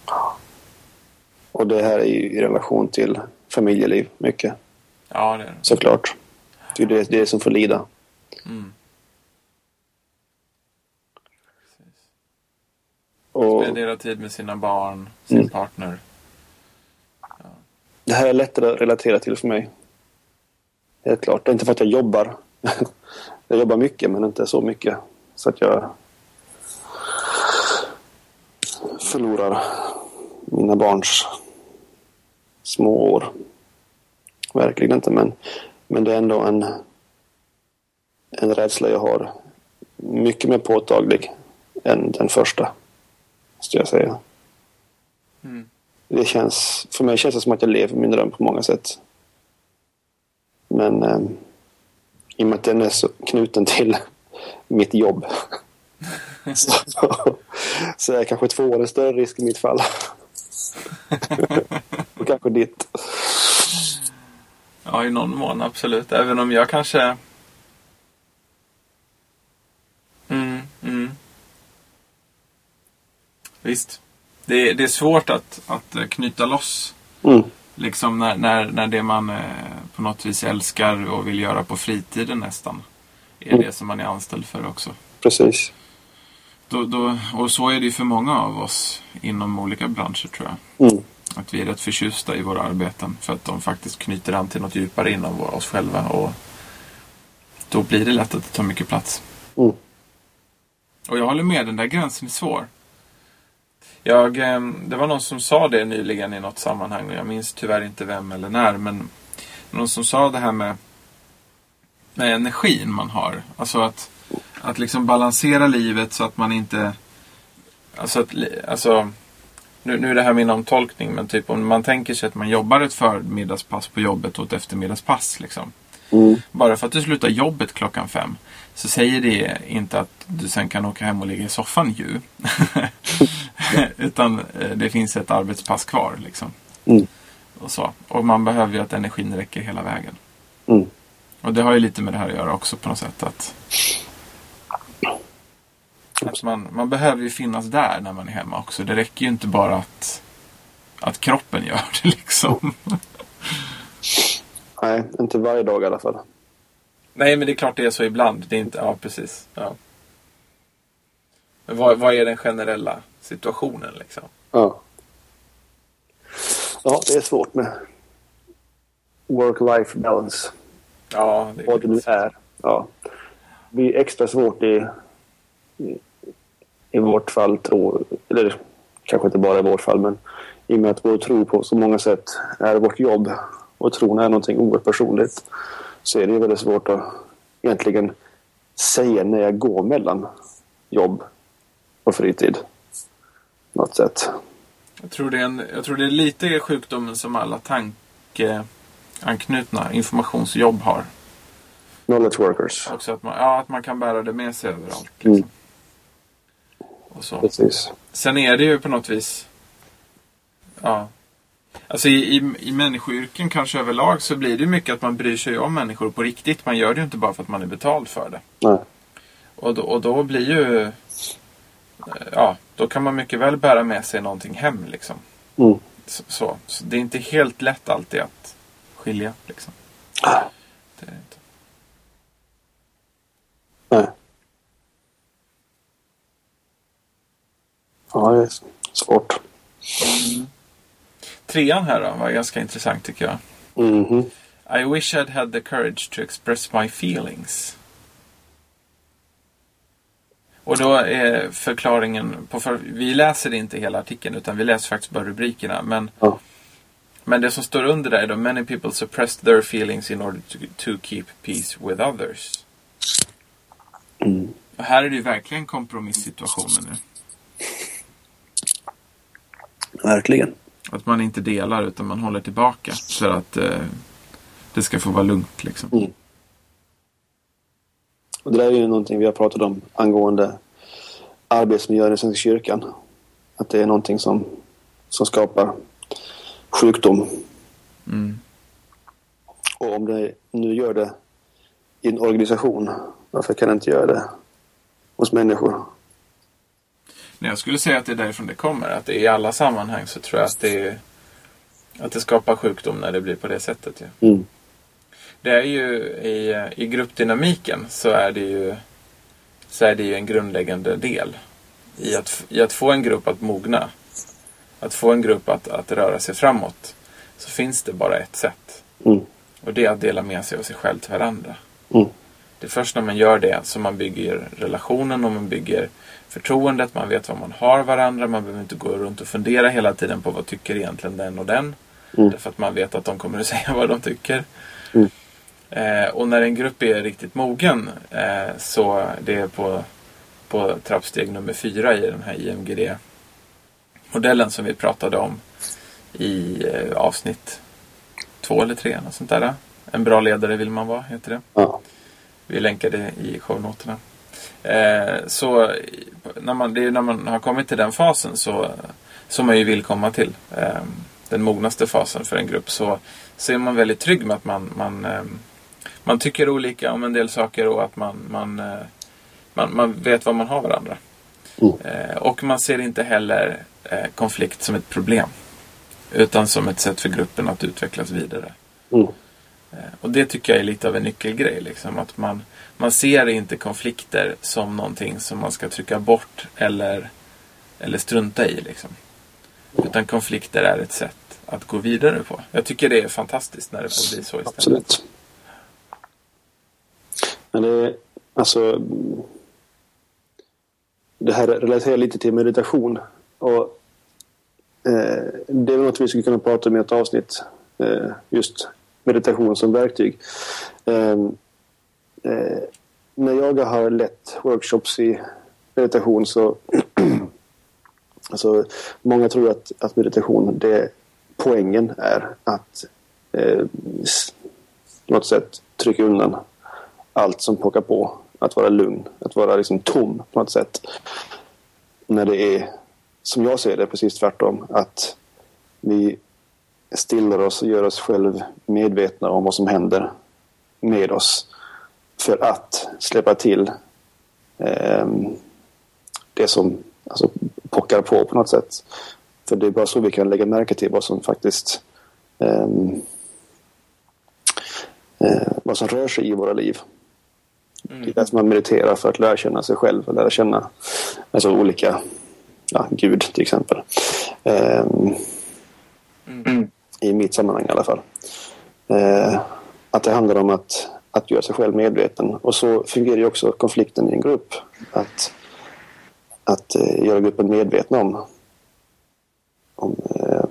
Och det här är ju i relation till familjeliv mycket. Ja, det är det. Såklart. Det är det, det som får lida. Mm. Och spendera tid med sina barn, sin mm. partner. Ja. Det här är lättare att relatera till för mig. Helt klart. Det är inte för att jag jobbar. Jag jobbar mycket, men inte så mycket. Så att jag förlorar mina barns små år. Verkligen inte, men, men det är ändå en, en rädsla jag har. Mycket mer påtaglig än den första, måste jag säga. Mm. Det känns, för mig känns det som att jag lever min dröm på många sätt. Men eh, i och med att den är så knuten till mitt jobb så, så är jag kanske två år en större risk i mitt fall. Och kanske ditt. Ja, i någon mån absolut. Även om jag kanske mm, mm. Visst. Det, det är svårt att, att knyta loss mm. liksom när, när, när det man eh, på något vis älskar och vill göra på fritiden nästan är mm. det som man är anställd för också. Precis. Då, då, och så är det ju för många av oss inom olika branscher, tror jag. Mm. Att vi är rätt förtjusta i våra arbeten för att de faktiskt knyter an till något djupare inom oss själva, och då blir det lätt att det tar mycket plats. Mm. Och jag håller med, den där gränsen är svår. Jag, det var någon som sa det nyligen i något sammanhang, och jag minns tyvärr inte vem eller när, men någon som sa det här med, med energin man har. Alltså att, att liksom balansera livet så att man inte alltså, att, alltså nu, nu är det här min omtolkning, men typ om man tänker sig att man jobbar ett förmiddagspass på jobbet och ett eftermiddagspass liksom. Mm. Bara för att du slutar jobbet klockan fem så säger det inte att du sen kan åka hem och ligga i soffan ju. Utan det finns ett arbetspass kvar liksom. Mm. Och så. Och man behöver ju att energin räcker hela vägen. Mm. Och det har ju lite med det här att göra också på något sätt. Att, att man, man behöver ju finnas där när man är hemma också. Det räcker ju inte bara att, att kroppen gör det liksom. Nej, inte varje dag i alla fall. Nej, men det är klart det är så ibland. Det är inte, ja, precis. Ja. Men vad, vad är den generella situationen liksom? Ja. Ja, det är svårt med work-life balance. Ja, det är vad det nu är. Ja. Det blir extra svårt i, i, i vårt fall, tro, eller kanske inte bara i vårt fall, men i och med att vår tro på så många sätt är vårt jobb, och tron är någonting oerhört personligt, så är det väldigt svårt att egentligen säga när jag går mellan jobb och fritid. Något sätt. Jag tror det är, en, jag tror det är lite sjukdomen som alla tankeanknutna informationsjobb har. Knowledge workers. Också att man, ja, att man kan bära det med sig överallt. Liksom. Mm. Och så. Precis. Sen är det ju på något vis... Ja. Alltså i, i, i människoyrken kanske överlag så blir det ju mycket att man bryr sig om människor på riktigt. Man gör det ju inte bara för att man är betald för det. Nej. Och då, och då blir ju... Ja, då kan man mycket väl bära med sig någonting hem liksom. Mm. Så, så, så det är inte helt lätt alltid att skilja liksom. Det är det inte. Nej. Ja, det är svårt. Mm. Trean här då var ganska intressant tycker jag. Mm-hmm. I wish I'd had the courage to express my feelings. Och då är förklaringen på för, vi läser inte hela artikeln utan vi läser faktiskt bara rubrikerna. Men, ja. men det som står under där är då many people suppressed their feelings in order to, to keep peace with others. Mm. Och här är det ju verkligen kompromissituationen nu. Verkligen. Att man inte delar utan man håller tillbaka för att eh, det ska få vara lugnt liksom. Mm. Och det där är ju någonting vi har pratat om angående arbetsmiljön i Svenska kyrkan. Att det är någonting som, som skapar sjukdom. Mm. Och om det nu gör det i en organisation, varför kan det inte göra det hos människor? Nej, jag skulle säga att det är därifrån det kommer. Att det är i alla sammanhang så tror jag att det, är, att det skapar sjukdom när det blir på det sättet. Ja. Mm. Det är ju i, i gruppdynamiken så är det ju så är det ju en grundläggande del i att, i att få en grupp att mogna. Att få en grupp att, att röra sig framåt så finns det bara ett sätt. Mm. Och det är att dela med sig av sig själv till varandra. Mm. Det är först när man gör det som man bygger relationen och man bygger förtroendet. Man vet vad man har varandra. Man behöver inte gå runt och fundera hela tiden på vad tycker egentligen den och den. Mm. Därför att man vet att de kommer att säga vad de tycker. Mm. Eh, och när en grupp är riktigt mogen eh, så det är på, på trappsteg nummer fyra i den här I M G D-modellen som vi pratade om i eh, avsnitt två eller tre. Något sånt där. En bra ledare vill man vara, heter det. Ja. Vi länkade i shownoterna. Eh, så när man, det är när man har kommit till den fasen så, som man ju vill komma till. Eh, den mognaste fasen för en grupp. Så, så är man väldigt trygg med att man, man, eh, man tycker olika om en del saker och att man, man, eh, man, man vet vad man har varandra. Mm. Eh, och man ser inte heller eh, konflikt som ett problem. Utan som ett sätt för gruppen att utvecklas vidare. Mm. Och det tycker jag är lite av en nyckelgrej. Liksom, att man, man ser inte konflikter som någonting som man ska trycka bort eller, eller strunta i. Liksom. Utan konflikter är ett sätt att gå vidare på. Jag tycker det är fantastiskt när det får bli så istället. Absolut. Men det, alltså, det här relaterar lite till meditation. Och eh, det är något vi skulle kunna prata om i ett avsnitt. Eh, just meditation som verktyg. Eh, eh, när jag har lett workshops i meditation så alltså, många tror att, att meditation, det poängen är att eh, på något sätt trycka undan allt som pockar på. Att vara lugn, att vara liksom tom på något sätt. När det är, som jag ser det, precis tvärtom. Att vi stillar oss och gör oss själv medvetna om vad som händer med oss. För att släppa till eh, det som alltså, pockar på på något sätt. För det är bara så vi kan lägga märke till vad som faktiskt eh, eh, vad som rör sig i våra liv. Mm. Det är att man mediterar för att lära känna sig själv och lära känna alltså olika ja, Gud till exempel. Eh, mm. I mitt sammanhang i alla fall. Eh, att det handlar om att, att göra sig själv medveten. Och så fungerar ju också konflikten i en grupp. Att, att eh, göra gruppen medveten om, om eh,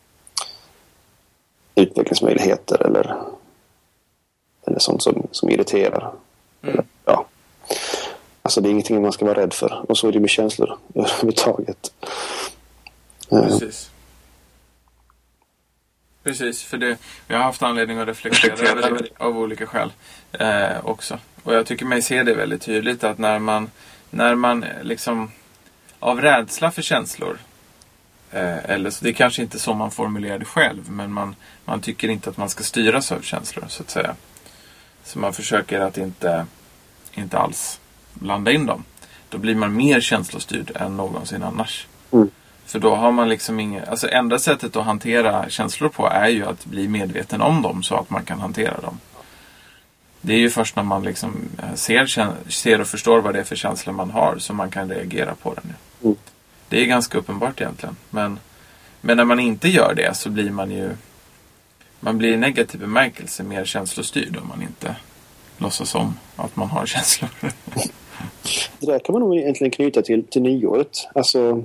utvecklingsmöjligheter eller, eller sånt som, som irriterar. Mm. Eller, ja. Alltså det är ingenting man ska vara rädd för. Och så är det med känslor överhuvudtaget. Precis. precis. För det, jag har haft anledning att reflektera över det av olika skäl eh, också. Och jag tycker mig se det väldigt tydligt att när man, när man liksom av rädsla för känslor eh, eller så, det är kanske inte så man formulerar det själv, men man, man tycker inte att man ska styras av känslor så att säga. Så man försöker att inte, inte alls blanda in dem. Då blir man mer känslostyrd än någonsin annars. Mm. För då har man liksom inget... Alltså enda sättet att hantera känslor på är ju att bli medveten om dem så att man kan hantera dem. Det är ju först när man liksom ser, ser och förstår vad det är för känslor man har som man kan reagera på den. Mm. Det är ganska uppenbart egentligen. Men, men när man inte gör det så blir man ju... Man blir i negativ bemärkelse mer känslostyrd om man inte låtsas om att man har känslor. Det där kan man nog egentligen knyta till, till nyåret. Alltså,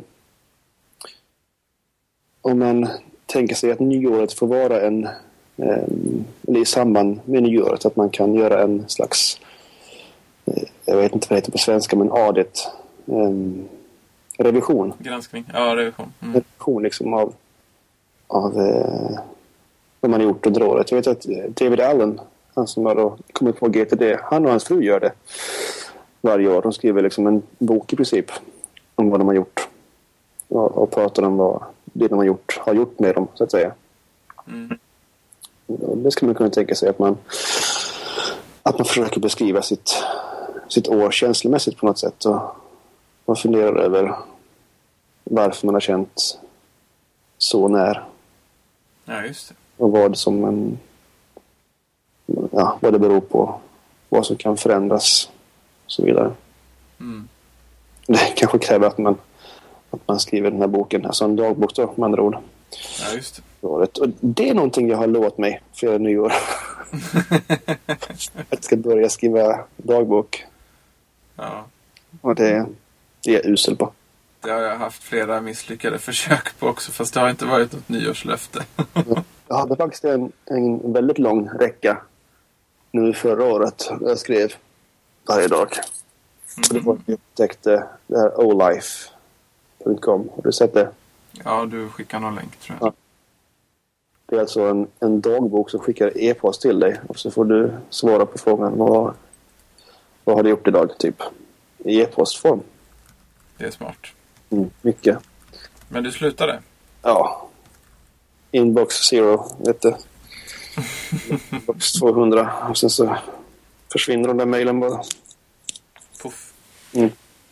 om man tänker sig att nyåret får vara en, en eller i samband med nyåret att man kan göra en slags, jag vet inte vad det heter på svenska, men audit, en revision. Granskning, ja, revision. Mm. Revision liksom av, av eh, vad man har gjort under året. Jag vet att David Allen, han som har då kommit på G T D, han och hans fru gör det varje år. De skriver liksom en bok i princip om vad de har gjort. Och, och pratar om vad det de har gjort har gjort med dem, så att säga. Mm. Det skulle man kunna tänka sig att man att man försöker beskriva sitt, sitt år känslomässigt på något sätt. Och man funderar över varför man har känt så när. Ja, just det. Och vad som en, ja, vad det beror på. Vad som kan förändras och så vidare. Mm. Det kanske kräver att man, att man skriver den här boken. Alltså en dagbok då, med andra ord. Ja, just det. Och det är någonting jag har lovat mig flera nyår. Att jag ska börja skriva dagbok. Ja. Och det, det är jag usel på. Det har jag haft flera misslyckade försök på också, fast det har inte varit något nyårslöfte. Jag hade faktiskt en, en väldigt lång räcka nu förra året. Jag skrev varje dag. Mm. Och det var att jag upptäckte det här olife punkt com. Har du sett det? Ja, du skickar någon länk tror jag. Ja. Det är alltså en, en dagbok som skickar e-post till dig. Och så får du svara på frågan vad, vad har du gjort idag typ. I e-postform. Det är smart. Mm, mycket. Men du slutade? Ja. Inbox zero, vet du. Inbox tvåhundra. Och sen så försvinner de där mejlen bara. Puff. Mm.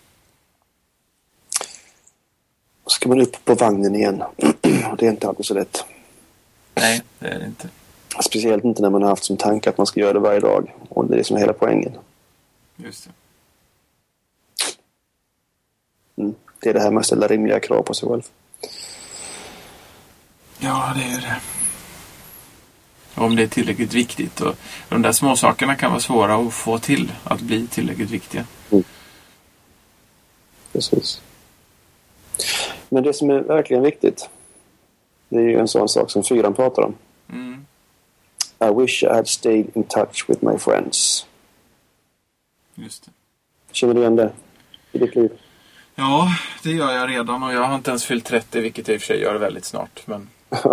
Och så ska man upp på vagnen igen. Det är inte alltid så lätt. Nej, det är det inte. Speciellt inte när man har haft som tanke att man ska göra det varje dag. Och det är liksom hela poängen. Just det. Mm. Det är det här med att ställa rimliga krav på sig själv. Ja, det är det. Om det är tillräckligt viktigt. Och de där små sakerna kan vara svåra att få till att bli tillräckligt viktiga. Mm. Precis. Men det som är verkligen viktigt, det är ju en sån sak som fyran pratar om. Mm. I wish I had stayed in touch with my friends. Just det. Känner du igen det i ditt liv? Ja, det gör jag redan och jag har inte ens fyllt trettio, vilket jag i och för sig gör väldigt snart. Men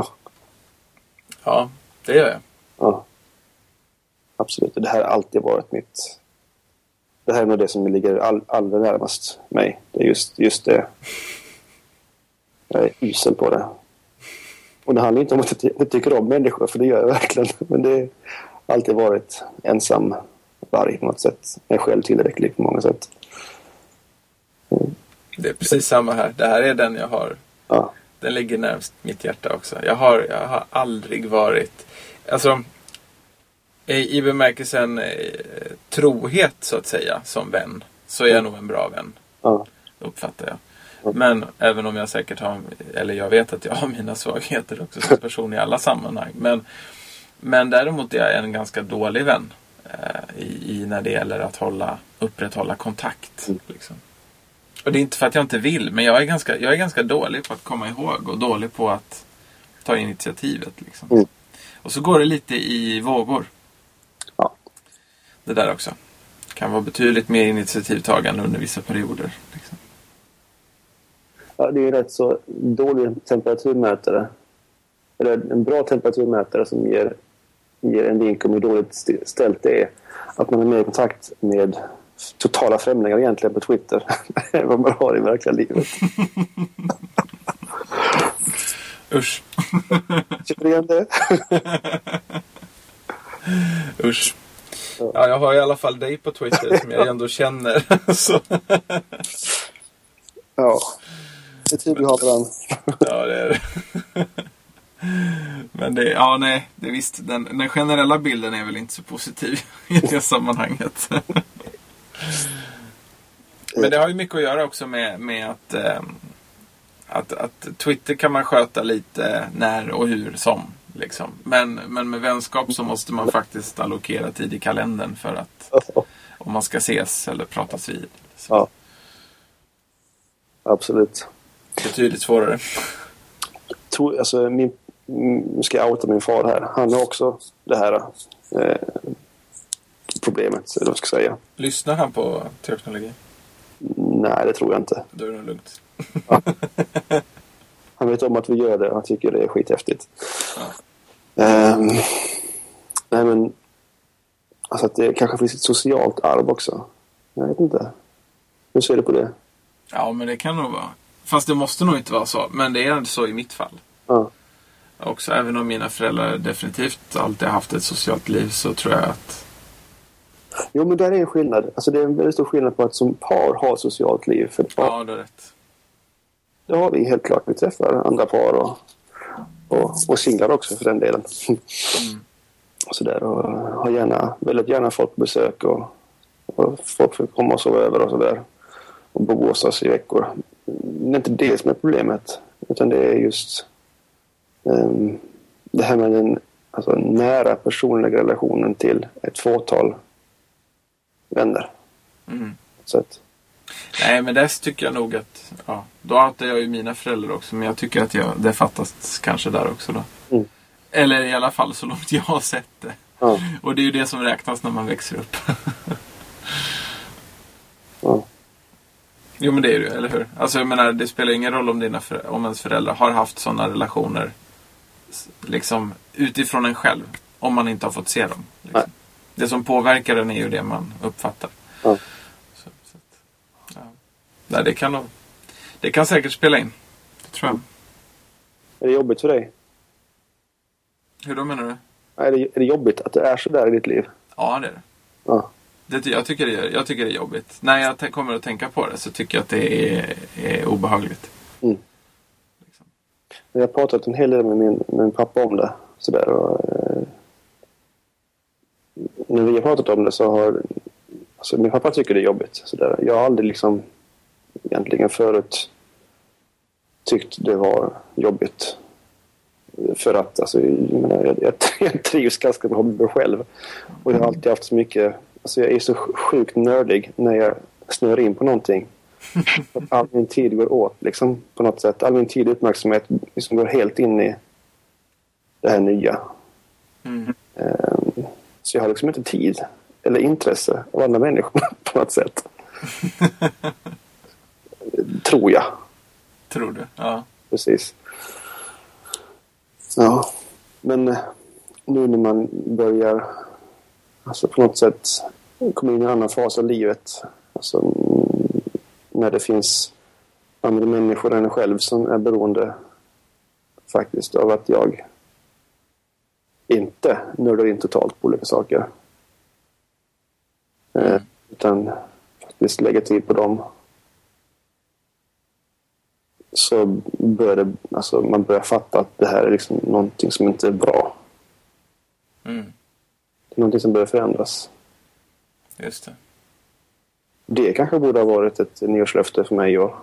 ja, det gör jag. Ja, absolut. Det här har alltid varit mitt... Det här är nog det som ligger all, allra närmast mig. Det är just, just det. Jag är usel på det. Och det handlar inte om att jag tycker om människor, för det gör jag verkligen. Men det har alltid varit ensam varg på något sätt. Jag är själv tillräcklig på många sätt. Mm. Det är precis samma här. Det här är den jag har. Ja. Den ligger närmast mitt hjärta också. Jag har, jag har aldrig varit... Alltså, i, i bemärkelsen eh, trohet så att säga som vän, så är jag mm. nog en bra vän. Ja. Uppfattar jag. Mm. Men även om jag säkert har, eller jag vet att jag har mina svagheter också som person i alla sammanhang. Men, men däremot är jag en ganska dålig vän eh, i, i när det gäller att hålla, upprätthålla kontakt. Mm. Liksom. Och det är inte för att jag inte vill, men jag är ganska, jag är ganska dålig på att komma ihåg och dålig på att ta initiativet. Liksom. Mm. Och så går det lite i vågor. Ja. Det där också. Kan vara betydligt mer initiativtagande under vissa perioder. Liksom. Ja, det är rätt så dålig temperaturmätare. eller en bra temperaturmätare som ger, ger en vink om hur dåligt ställt det är. Att man är mer i kontakt med totala främlingar egentligen på Twitter än vad man har i verkliga livet. Usch. Känner du igen det? Usch. Ja, jag har i alla fall dig på Twitter som jag ändå känner. Så. Ja, det är tur vi har varandra. Ja, det är det. Men det, ja nej, det visst, den, den generella bilden är väl inte så positiv i det sammanhanget. Men det har ju mycket att göra också med, med att, eh, att, att Twitter kan man sköta lite när och hur som. Liksom. Men, men med vänskap så måste man faktiskt allokera tid i kalendern för att om man ska ses eller pratas vid. Så. Ja, absolut. Betydligt svårare. Tror, alltså, min, nu ska jag outa min far här. Han har också det här eh, problemet, eller vad ska jag säga. Lyssnar han på teknologi? Nej, det tror jag inte. Då är det lugnt. Ja. Han vet om att vi gör det och han tycker det är skithäftigt. Ja. Um, nej men alltså att det kanske finns ett socialt arv också. Jag vet inte. Hur ser du på det? Ja, men det kan nog vara. Fast det måste nog inte vara så. Men det är inte så i mitt fall. Ja. Också även om mina föräldrar definitivt alltid har haft ett socialt liv så tror jag att... Jo, men där är en skillnad. Alltså det är en väldigt stor skillnad på att som par ha ett socialt liv. För par, ja, du har rätt. det har vi helt klart. Vi träffar andra par och, och, och singlar också för den delen. Mm. Och så där, och har gärna, väldigt gärna folk på besök och, och folk får komma och sova över och så där. Och bo hos oss i veckor. Det är inte det som är problemet. Utan det är just um, det här med den alltså, nära personliga relationen till ett fåtal vänner. Mm. Så att, Nej, men det tycker jag nog att... Ja, då outar jag ju mina föräldrar också. Men jag tycker att jag, det fattas kanske där också då. Mm. Eller i alla fall så långt jag har sett det. ja, Och det är ju det som räknas när man växer upp. ja. Jo, men det är det ju, eller hur? Alltså jag menar, det spelar ingen roll om, dina för, om ens föräldrar har haft sådana relationer liksom utifrån en själv. Om man inte har fått se dem. Liksom. Det som påverkar den är ju det man uppfattar. Ja. Så, så att, ja. Nej, det kan nog, det kan säkert spela in. Det tror jag. Är det jobbigt för dig? Hur då menar du? Är det, är det jobbigt att det är så där i ditt liv? Ja, det är det. Ja. det jag, tycker det är, jag tycker det är jobbigt. När jag t- kommer att tänka på det så tycker jag att det är, är obehagligt. Mm. Liksom. Jag har pratat en hel del med min, med min pappa om det. Så där, och, eh, när vi har pratat om det så har... Alltså, min pappa tycker det är jobbigt. Så där. Jag har aldrig liksom egentligen förut tyckt det var jobbigt. För att alltså, jag, menar, jag, jag, jag trivs ganska bra med mig själv. Och jag har alltid haft så mycket... Alltså, jag är så sjukt nördig när jag snör in på någonting. All min tid går åt liksom, på något sätt. All min tid och uppmärksamhet liksom, går helt in i det här nya. Mm. Um, så jag har liksom inte tid eller intresse av andra människor på något sätt. Tror jag. Tror du? Ja. Precis. Ja, men nu när man börjar alltså på något sätt komma in i en annan fas av livet, alltså när det finns andra människor än en själv som är beroende faktiskt av att jag inte nördar in totalt på olika saker. Mm. Eh, utan faktiskt lägga tid på dem. Så börjar det, alltså man börjar fatta att det här är liksom någonting som inte är bra. Mm. Det är någonting som behöver förändras. Just det. Det kanske borde ha varit ett nyårslöfte för mig och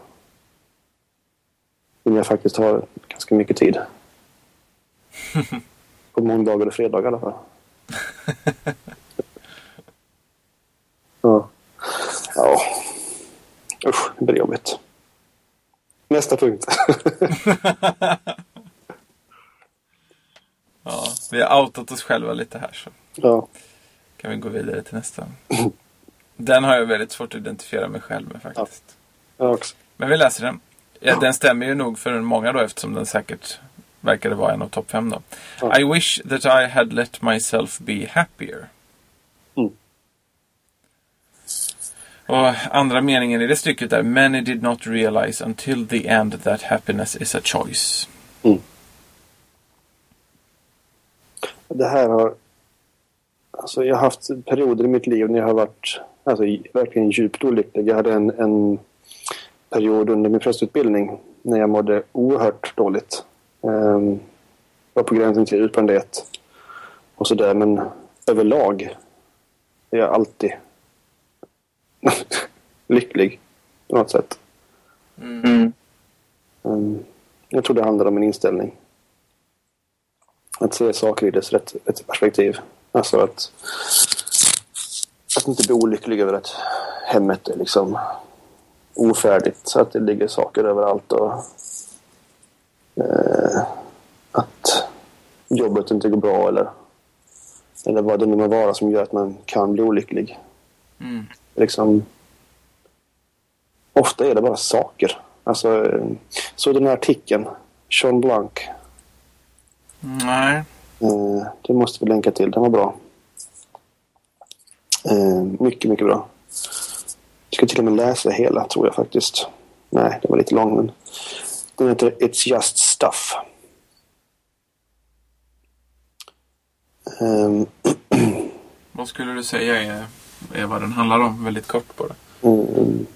men jag faktiskt har ganska mycket tid. På måndagar och fredagar i alla fall. Ja. Ja. Usch, det blir jobbigt. Nästa punkt. Ja, vi har outat oss själva lite här så Ja. kan vi gå vidare till nästa. Den har jag väldigt svårt att identifiera mig själv med faktiskt. Ja, jag också. Men vi läser den. Ja, den stämmer ju nog för många då eftersom den säkert verkar det vara en av topp fem då. Ja. I wish that I had let myself be happier. Mm. Och andra meningen i det stycket är: many did not realize until the end that happiness is a choice. Mm. Det här har... Alltså jag har haft perioder i mitt liv när jag har varit alltså, verkligen djupt olycklig. Jag hade en, en period under min prästutbildning när jag mådde oerhört dåligt. Um, var på gränsen till utbrändhet och sådär, men överlag är jag alltid lycklig på något sätt. Mm. Um, jag tror det handlar om en inställning. Att se saker i dess rätt, rätt perspektiv. Alltså att, att inte bli olycklig över att hemmet är liksom ofärdigt. Så att det ligger saker överallt och eh, att jobbet inte går bra eller, eller vad det nu må vara som gör att man kan bli olycklig. Mm. Liksom, ofta är det bara saker. Alltså, så den här artikeln, Sean Blanc. Nej. Eh, det måste vi länka till, den var bra. Eh, mycket, mycket bra. Jag ska till och med läsa hela, tror jag faktiskt. Nej, det var lite lång, men den heter It's Just Stuff. Um, Vad skulle du säga är, är vad den handlar om? Väldigt kort på det. um,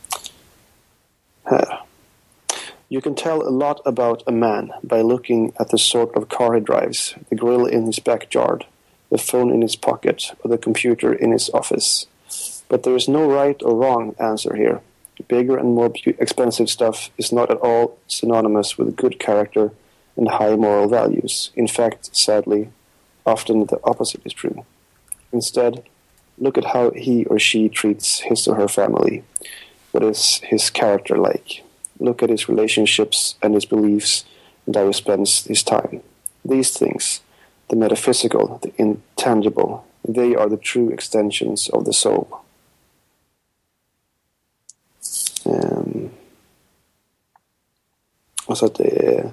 här. You can tell a lot about a man by looking at the sort of car he drives, the grill in his backyard, the phone in his pocket, or the computer in his office. But there is no right or wrong answer here. Bigger and more expensive stuff is not at all synonymous with good character and high moral values. In fact, sadly, often the opposite is true. Instead, look at how he or she treats his or her family. What is his character like? Look at his relationships and his beliefs and how he spends his time. These things, the metaphysical, the intangible, they are the true extensions of the soul. Um, alltså att det är...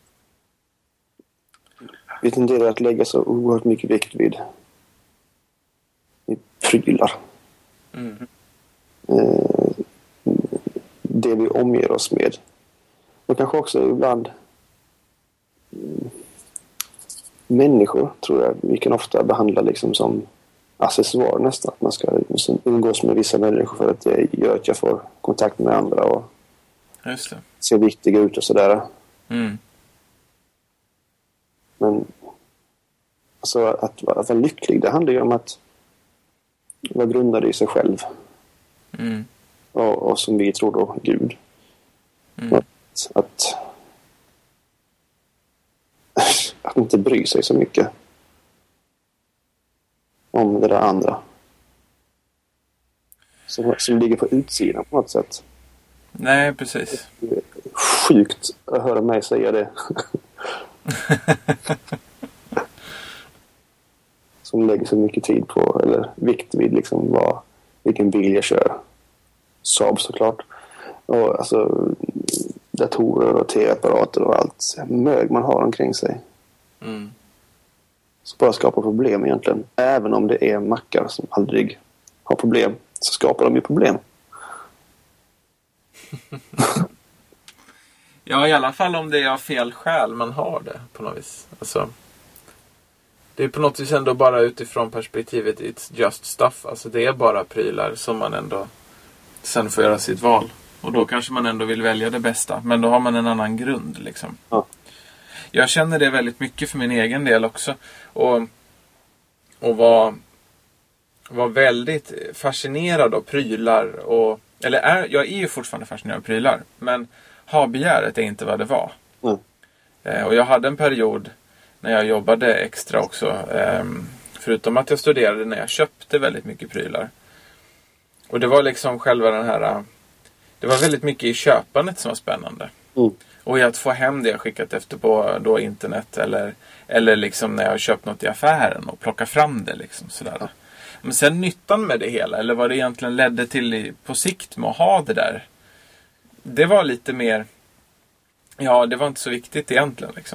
Vi tenderar att lägga så oerhört mycket vikt vid, vid prylar. Mm. Uh, det vi omger oss med. Och kanske också ibland mm, människor, tror jag. Vi kan ofta behandla liksom som accessoar nästan. Att man ska liksom umgås med vissa människor för att det gör att jag får kontakt med andra och Just det. ser viktiga ut och sådär. Mm. Men alltså att, att vara lycklig, det handlar ju om att vara grundad i sig själv. Mm. Och, och som vi tror då, Gud. Mm. Att, att att inte bry sig så mycket om det där andra som, som ligger på utsidan på något sätt. Nej, precis. Det är sjukt att höra mig säga det. Som lägger så mycket tid på, eller vikt vid liksom vad, vilken bil jag kör. Saab såklart. Och alltså datorer och tv-apparater och allt mög man har omkring sig. Mm. Så bara skapar problem egentligen. Även om det är mackar som aldrig har problem, så skapar de ju problem. Ja, i alla fall om det är av fel skäl man har det på något vis. Alltså, det är på något vis ändå bara utifrån perspektivet it's just stuff. Alltså det är bara prylar som man ändå sen får göra sitt val. Och då kanske man ändå vill välja det bästa. Men då har man en annan grund liksom. Ja. Jag känner det väldigt mycket för min egen del också. Och, och var, var väldigt fascinerad av prylar. Och, eller är, jag är ju fortfarande fascinerad av prylar. Men ha-begäret är inte vad det var. Mm. Eh, och jag hade en period när jag jobbade extra också. Eh, förutom att jag studerade, när jag köpte väldigt mycket prylar. Och det var liksom själva den här... Det var väldigt mycket i köpandet som var spännande. Mm. Och i att få hem det jag skickat efter på då internet. Eller, eller liksom när jag har köpt något i affären och plocka fram det. Liksom, sådär. Ja. Men sen nyttan med det hela. Eller vad det egentligen ledde till i, på sikt med att ha det där. Det var lite mer... Ja, det var inte så viktigt egentligen. Liksom.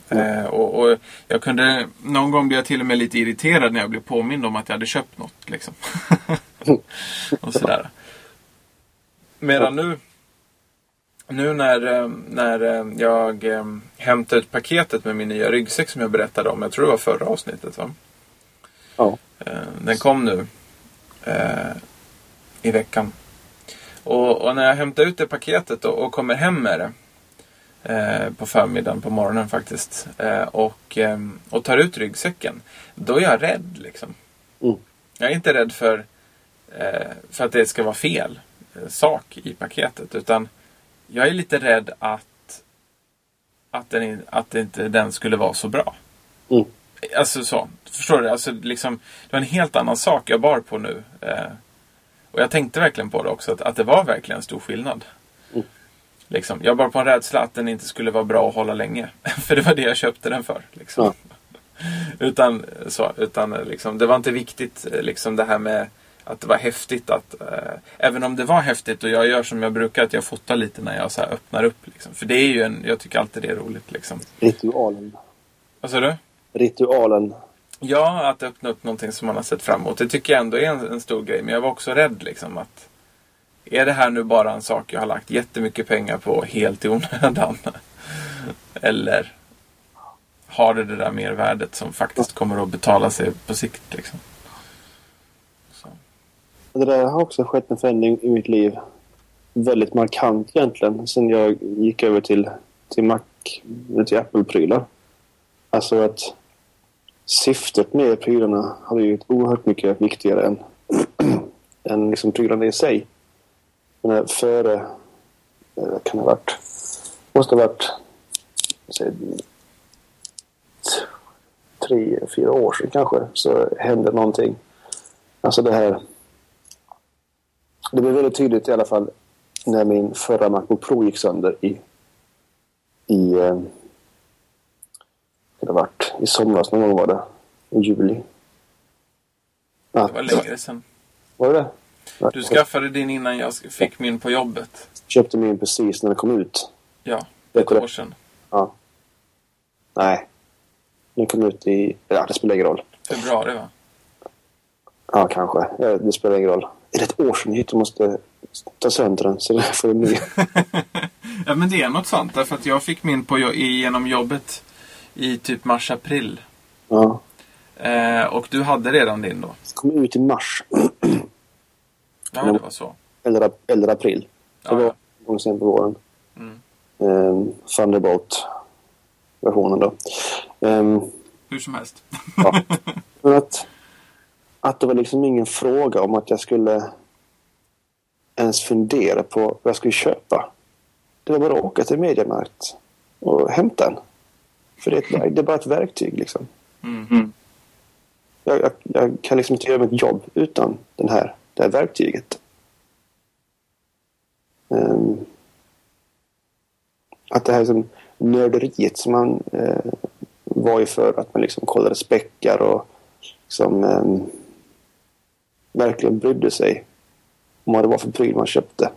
Mm. Eh, och, och jag kunde, någon gång blev jag till och med lite irriterad när jag blev påmind om att jag hade köpt något. Liksom. och sådär. Medan nu, nu när, när jag hämtade ut paketet med min nya ryggsäck som jag berättade om, jag tror det var förra avsnittet, va? Ja. Den kom nu eh, i veckan. Och, och när jag hämtar ut det paketet och, och kommer hem med det eh, på förmiddagen, på morgonen faktiskt, eh, och, eh, och tar ut ryggsäcken, då är jag rädd liksom. Mm. Jag är inte rädd för, eh, för att det ska vara fel eh, sak i paketet, utan jag är lite rädd att, att, den, att inte den skulle vara så bra. Mm. Alltså så, förstår du? Alltså liksom, det var en helt annan sak jag bar på nu. Eh, och jag tänkte verkligen på det också, att, att det var verkligen en stor skillnad. Mm. Liksom, jag bar på en rädsla att den inte skulle vara bra att hålla länge. För det var det jag köpte den för. Liksom. Ja. utan så, utan liksom, det var inte viktigt liksom, det här med att det var häftigt. Att, eh, även om det var häftigt, och jag gör som jag brukar, att jag fotar lite när jag så här öppnar upp. Liksom. För det är ju en, jag tycker alltid det är roligt. Liksom. Ritualen. Vad sa du? Ritualen. Ja, att öppna upp någonting som man har sett fram emot. Det tycker jag ändå är en, en stor grej. Men jag var också rädd liksom att är det här nu bara en sak jag har lagt jättemycket pengar på helt i onödan? Eller har det det där mervärdet som faktiskt kommer att betala sig på sikt liksom? Så. Det där har också skett en förändring i mitt liv. Väldigt markant egentligen. Sen jag gick över till, till Mac, till Apple-prylar. Alltså att syftet med prylarna har blivit oerhört mycket viktigare än, än liksom prylarna i sig. Men före, vad kan det ha varit? Måste ha varit säg, tre, fyra år sedan kanske, så hände någonting. Alltså det här, det blev väldigt tydligt i alla fall när min förra MacBook Pro gick sönder i i det har varit i somras, någon gång var det i juli. Att, det var längre sedan. Var det det? Du skaffade din innan jag fick min på jobbet. Köpte min precis när det kom ut. Ja, ett år sedan. Ja. Nej. Den kom ut i, ja, det spelar ingen roll. Februari, va? Ja, kanske. Ja, det spelar ingen roll. Är det ett år sedan hit? Du måste ta sönder den så det får en ny. Ja, men det är något sånt. Därför att jag fick min på genom jobbet i typ mars-april. Ja. Eh, och du hade redan din då? Det kom ut i mars. Ja, det var så. Eller, eller april. Det ja, var ja. Gång sen på våren. Mm. Um, Thunderbolt-versionen då. Um, Hur som helst. Ja. Men att, att det var liksom ingen fråga om att jag skulle ens fundera på vad jag skulle köpa. Det var bara att åka till Mediamarkt och hämta den. För det är, ett, det är bara ett verktyg liksom. Mm. Jag, jag, jag kan liksom inte göra mitt jobb utan den här, det här verktyget. Um, att det här liksom, nörderiet som man uh, var ju för att man liksom kollade späckar och liksom um, verkligen brydde sig om vad det var för pryl man köpte.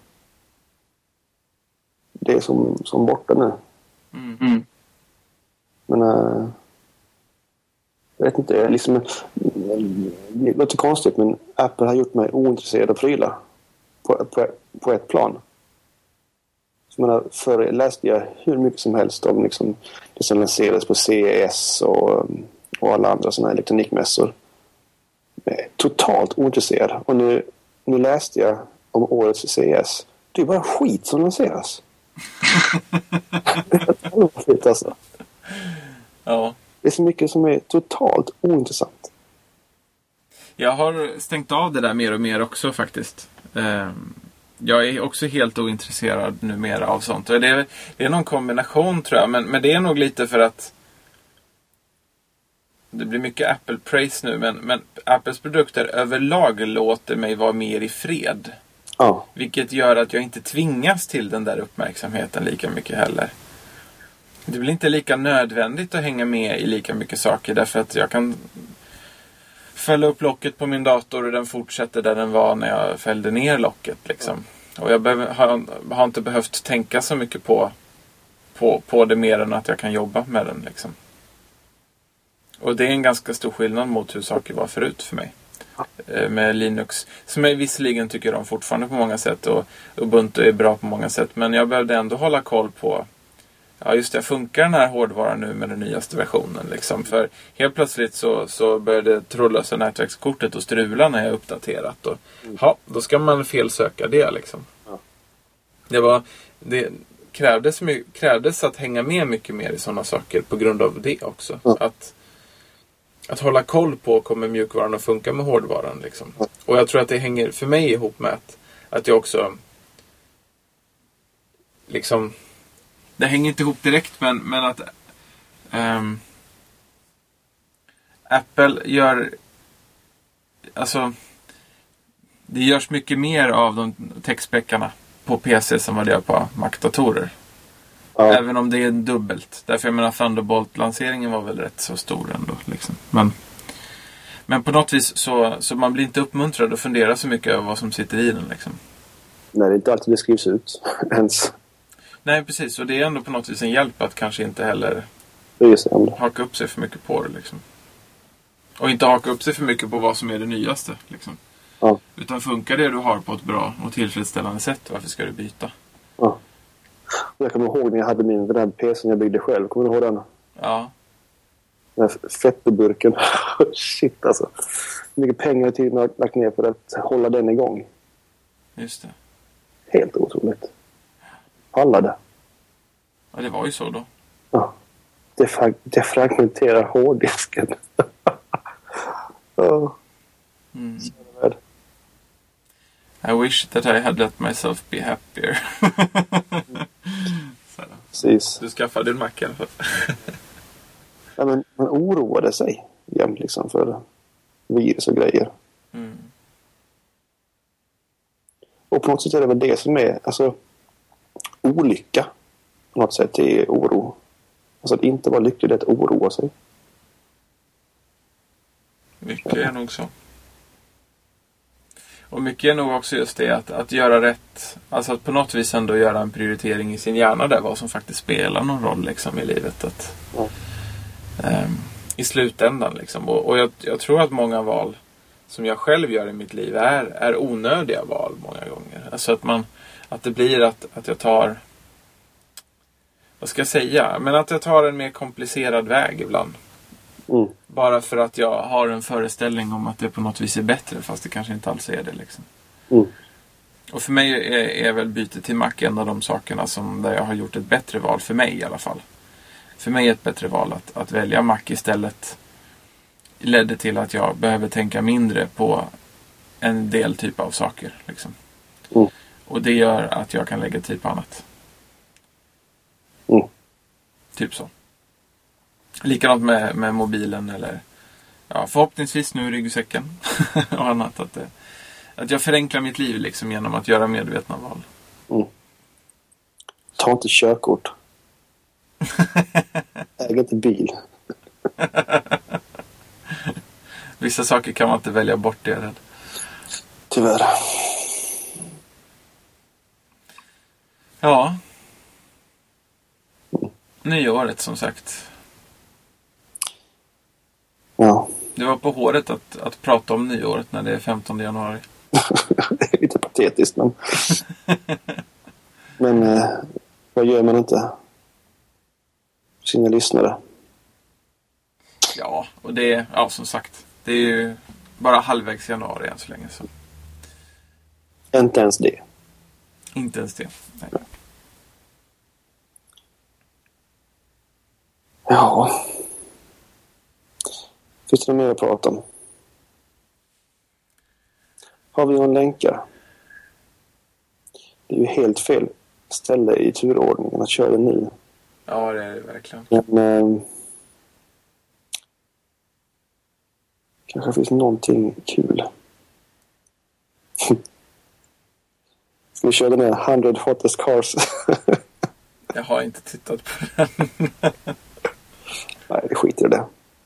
Det är som, som borta nu. Mm. Men uh, jag vet inte, liksom, det låter konstigt, men Apple har gjort mig ointresserad av prylar på, på, på ett plan. Så menar, förr läste jag hur mycket som helst om liksom, det som lanserades på C E S och, och alla andra sådana här elektronikmässor. Totalt ointresserad. Och nu, nu läste jag om årets C E S. Det är bara skit som lanseras. alltså. Ja. Det är så mycket som är totalt ointressant. Jag har stängt av det där mer och mer också faktiskt. Jag är också helt ointresserad numera av sånt. Det är, det är någon kombination tror jag. Men, men det är nog lite för att det blir mycket Apple-praise nu. Men, men Apples produkter överlag låter mig vara mer i fred. Ja. Vilket gör att jag inte tvingas till den där uppmärksamheten lika mycket heller. Det blir inte lika nödvändigt att hänga med i lika mycket saker. Därför att jag kan fälla upp locket på min dator och den fortsätter där den var när jag fällde ner locket. Liksom. Och jag behöver, har, har inte behövt tänka så mycket på, på, på det mer än att jag kan jobba med den liksom. Och det är en ganska stor skillnad mot hur saker var förut för mig. Eh, med Linux, som jag visserligen tycker om fortfarande på många sätt, och Ubuntu är bra på många sätt, men jag behövde ändå hålla koll på, ja just det, funkar den här hårdvaran nu med den nyaste versionen liksom. För helt plötsligt så, så började trådlösa nätverkskortet och strula när jag uppdaterat. Och ja, då ska man felsöka det liksom. Ja. Det var, det krävdes, krävdes att hänga med mycket mer i sådana saker på grund av det också. Ja. Att, att hålla koll på, kommer mjukvaran att funka med hårdvaran liksom. Ja. Och jag tror att det hänger för mig ihop med att, att jag också liksom, det hänger inte ihop direkt, men, men att um, Apple gör, alltså det görs mycket mer av de textbäckarna på P C som vad det gör på Mac-datorer. Ja. Även om det är dubbelt. Därför jag menar Thunderbolt-lanseringen var väl rätt så stor ändå liksom. Men, men på något vis så, så man blir inte uppmuntrad att fundera så mycket över vad som sitter i den liksom. Nej, det är inte alltid det skrivs ut ens. Nej, precis. Och det är ändå på något vis en hjälp att kanske inte heller haka upp sig för mycket på det liksom. Och inte haka upp sig för mycket på vad som är det nyaste liksom. Ja. Utan funkar det du har på ett bra och tillfredsställande sätt, varför ska du byta? Ja. Jag kommer ihåg när jag hade min, den här P C:n jag byggde själv. Kommer du ihåg den? Ja. Den här fettoburken. Shit alltså. Hur mycket pengar och tid har lagt ner för att hålla den igång. Just det. Helt otroligt. Pallade. Ja, det var ju så då. Ja. Det, frag- det fragmenterar hårddisken. Ja. Mm. I wish that I had let myself be happier. Precis. Du skaffade en Mac i alla fall. Ja, men man oroade sig jämt liksom för virus och grejer. Mm. Och på något sätt är det väl det som är, alltså, olycka. På något sätt är oro. Alltså att inte vara lycklig, det är att oroa sig. Mycket är nog så. Och mycket är nog också just det att, att göra rätt. Alltså att på något vis ändå göra en prioritering i sin hjärna där, vad som faktiskt spelar någon roll liksom i livet. Att, ja. um, I slutändan liksom. Och, och jag, jag tror att många val som jag själv gör i mitt liv är, är onödiga val många gånger. Alltså att man, att det blir att, att jag tar, vad ska jag säga? Men att jag tar en mer komplicerad väg ibland. Mm. Bara för att jag har en föreställning om att det på något vis är bättre, fast det kanske inte alls är det liksom. Mm. Och för mig är, är väl byte till Mac en av de sakerna som där jag har gjort ett bättre val, för mig i alla fall. För mig är ett bättre val att, att välja Mac istället ledde till att jag behöver tänka mindre på en del typ av saker liksom. Mm. Och det gör att jag kan lägga tid på annat. Mm. Typ så. Likadant med, med mobilen eller ja, förhoppningsvis nu ryggsäcken och annat. Att, det, att jag förenklar mitt liv liksom genom att göra medvetna val. Mm. Ta inte körkort. Äg inte bil. Vissa saker kan man inte välja bort, det är jag rädd. Tyvärr. Ja. Nyåret som sagt. Ja. Det var på håret att, att prata om nyåret när det är femtonde januari. Det är lite patetiskt, men... men eh, vad gör man inte för sina lyssnare? Ja, och det är, ja som sagt, det är ju bara halvvägs januari än så länge. Så. Inte ens det. Inte ens det, nej. Ja. Finns det något mer att prata om? Har vi någon länkar? Det är ju helt fel ställe i turordningen att köra nu. Ja, det är det verkligen. Men eh, kanske finns någonting kul. Ska vi köra den här hundred hottest cars? Jag har inte tittat på den. Nej, det skiter i det.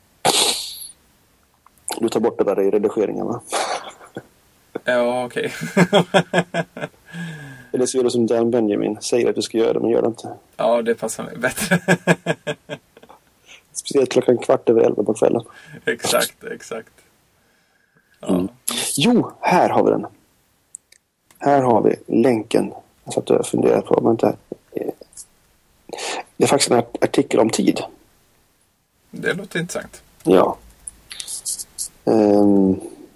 Du tar bort det där i redigeringen, va? Ja, okej. Okay. Eller så gör du som Dan Benjamin. Säger att du ska göra det, men gör det inte. Ja, det passar mig bättre. Speciellt klockan kvart över elva på kvällen. Exakt, exakt. Ja. Mm. Jo, här har vi den. Här har vi länken. Jag satt och funderade på. Men inte... Det är faktiskt en artikel om tid. Det låter intressant. Ja. Um,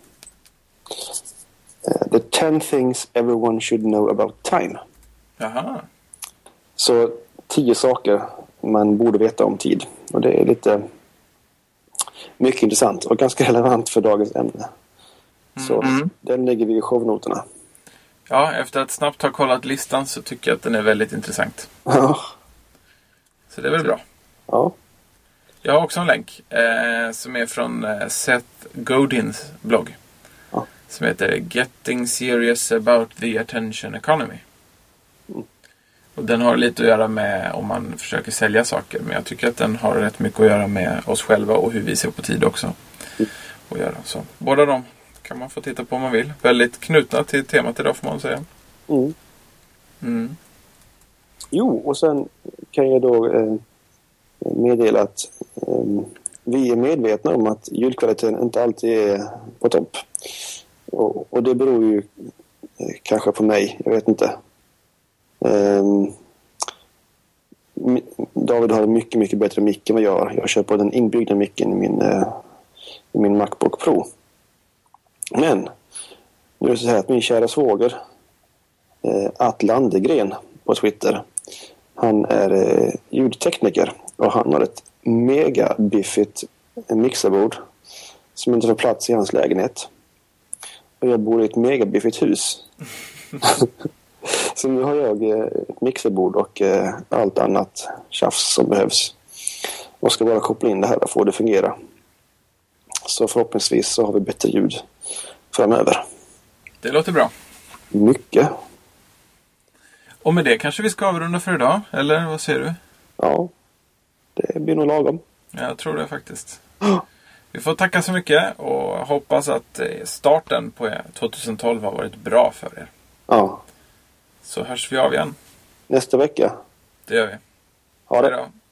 uh, the ten things everyone should know about time. Jaha. Så tio saker man borde veta om tid. Och det är lite mycket intressant och ganska relevant för dagens ämne. Så mm. den lägger vi i shownoterna. Ja, efter att snabbt ha kollat listan så tycker jag att den är väldigt intressant. Ja. Så det är väl bra. Ja. Jag har också en länk eh, som är från eh, Seth Godins blogg. Ja. Som heter Getting Serious About the Attention Economy. Mm. Och den har lite att göra med om man försöker sälja saker. Men jag tycker att den har rätt mycket att göra med oss själva och hur vi ser på tid också. Mm. Att göra. Så båda de kan man få titta på om man vill. Väldigt knutna till temat idag får man säga. Mm. Mm. Jo, och sen kan jag då eh, meddela att eh, vi är medvetna om att ljudkvaliteten inte alltid är på topp. Och, och det beror ju eh, kanske på mig, jag vet inte. Eh, David har en mycket, mycket bättre mick än vad jag har. Jag kör på den inbyggda micken i min, eh, i min MacBook Pro. Men nu är det så här att min kära svåger eh, Att Landegren på Twitter, han är eh, ljudtekniker och han har ett mega biffigt mixerbord som inte får plats i hans lägenhet. Och jag bor i ett mega biffigt hus. Så nu har jag eh, ett mixerbord och eh, allt annat tjafs som behövs. Och ska bara koppla in det här och få det fungera. Så förhoppningsvis så har vi bättre ljud framöver. Det låter bra. Mycket. Och med det kanske vi ska avrunda för idag, eller vad säger du? Ja, det blir nog lagom. Jag tror det faktiskt. Vi får tacka så mycket och hoppas att starten på tjugohundratolv har varit bra för er. Ja. Så hörs vi av igen. Nästa vecka. Det gör vi. Ha det. Hej då.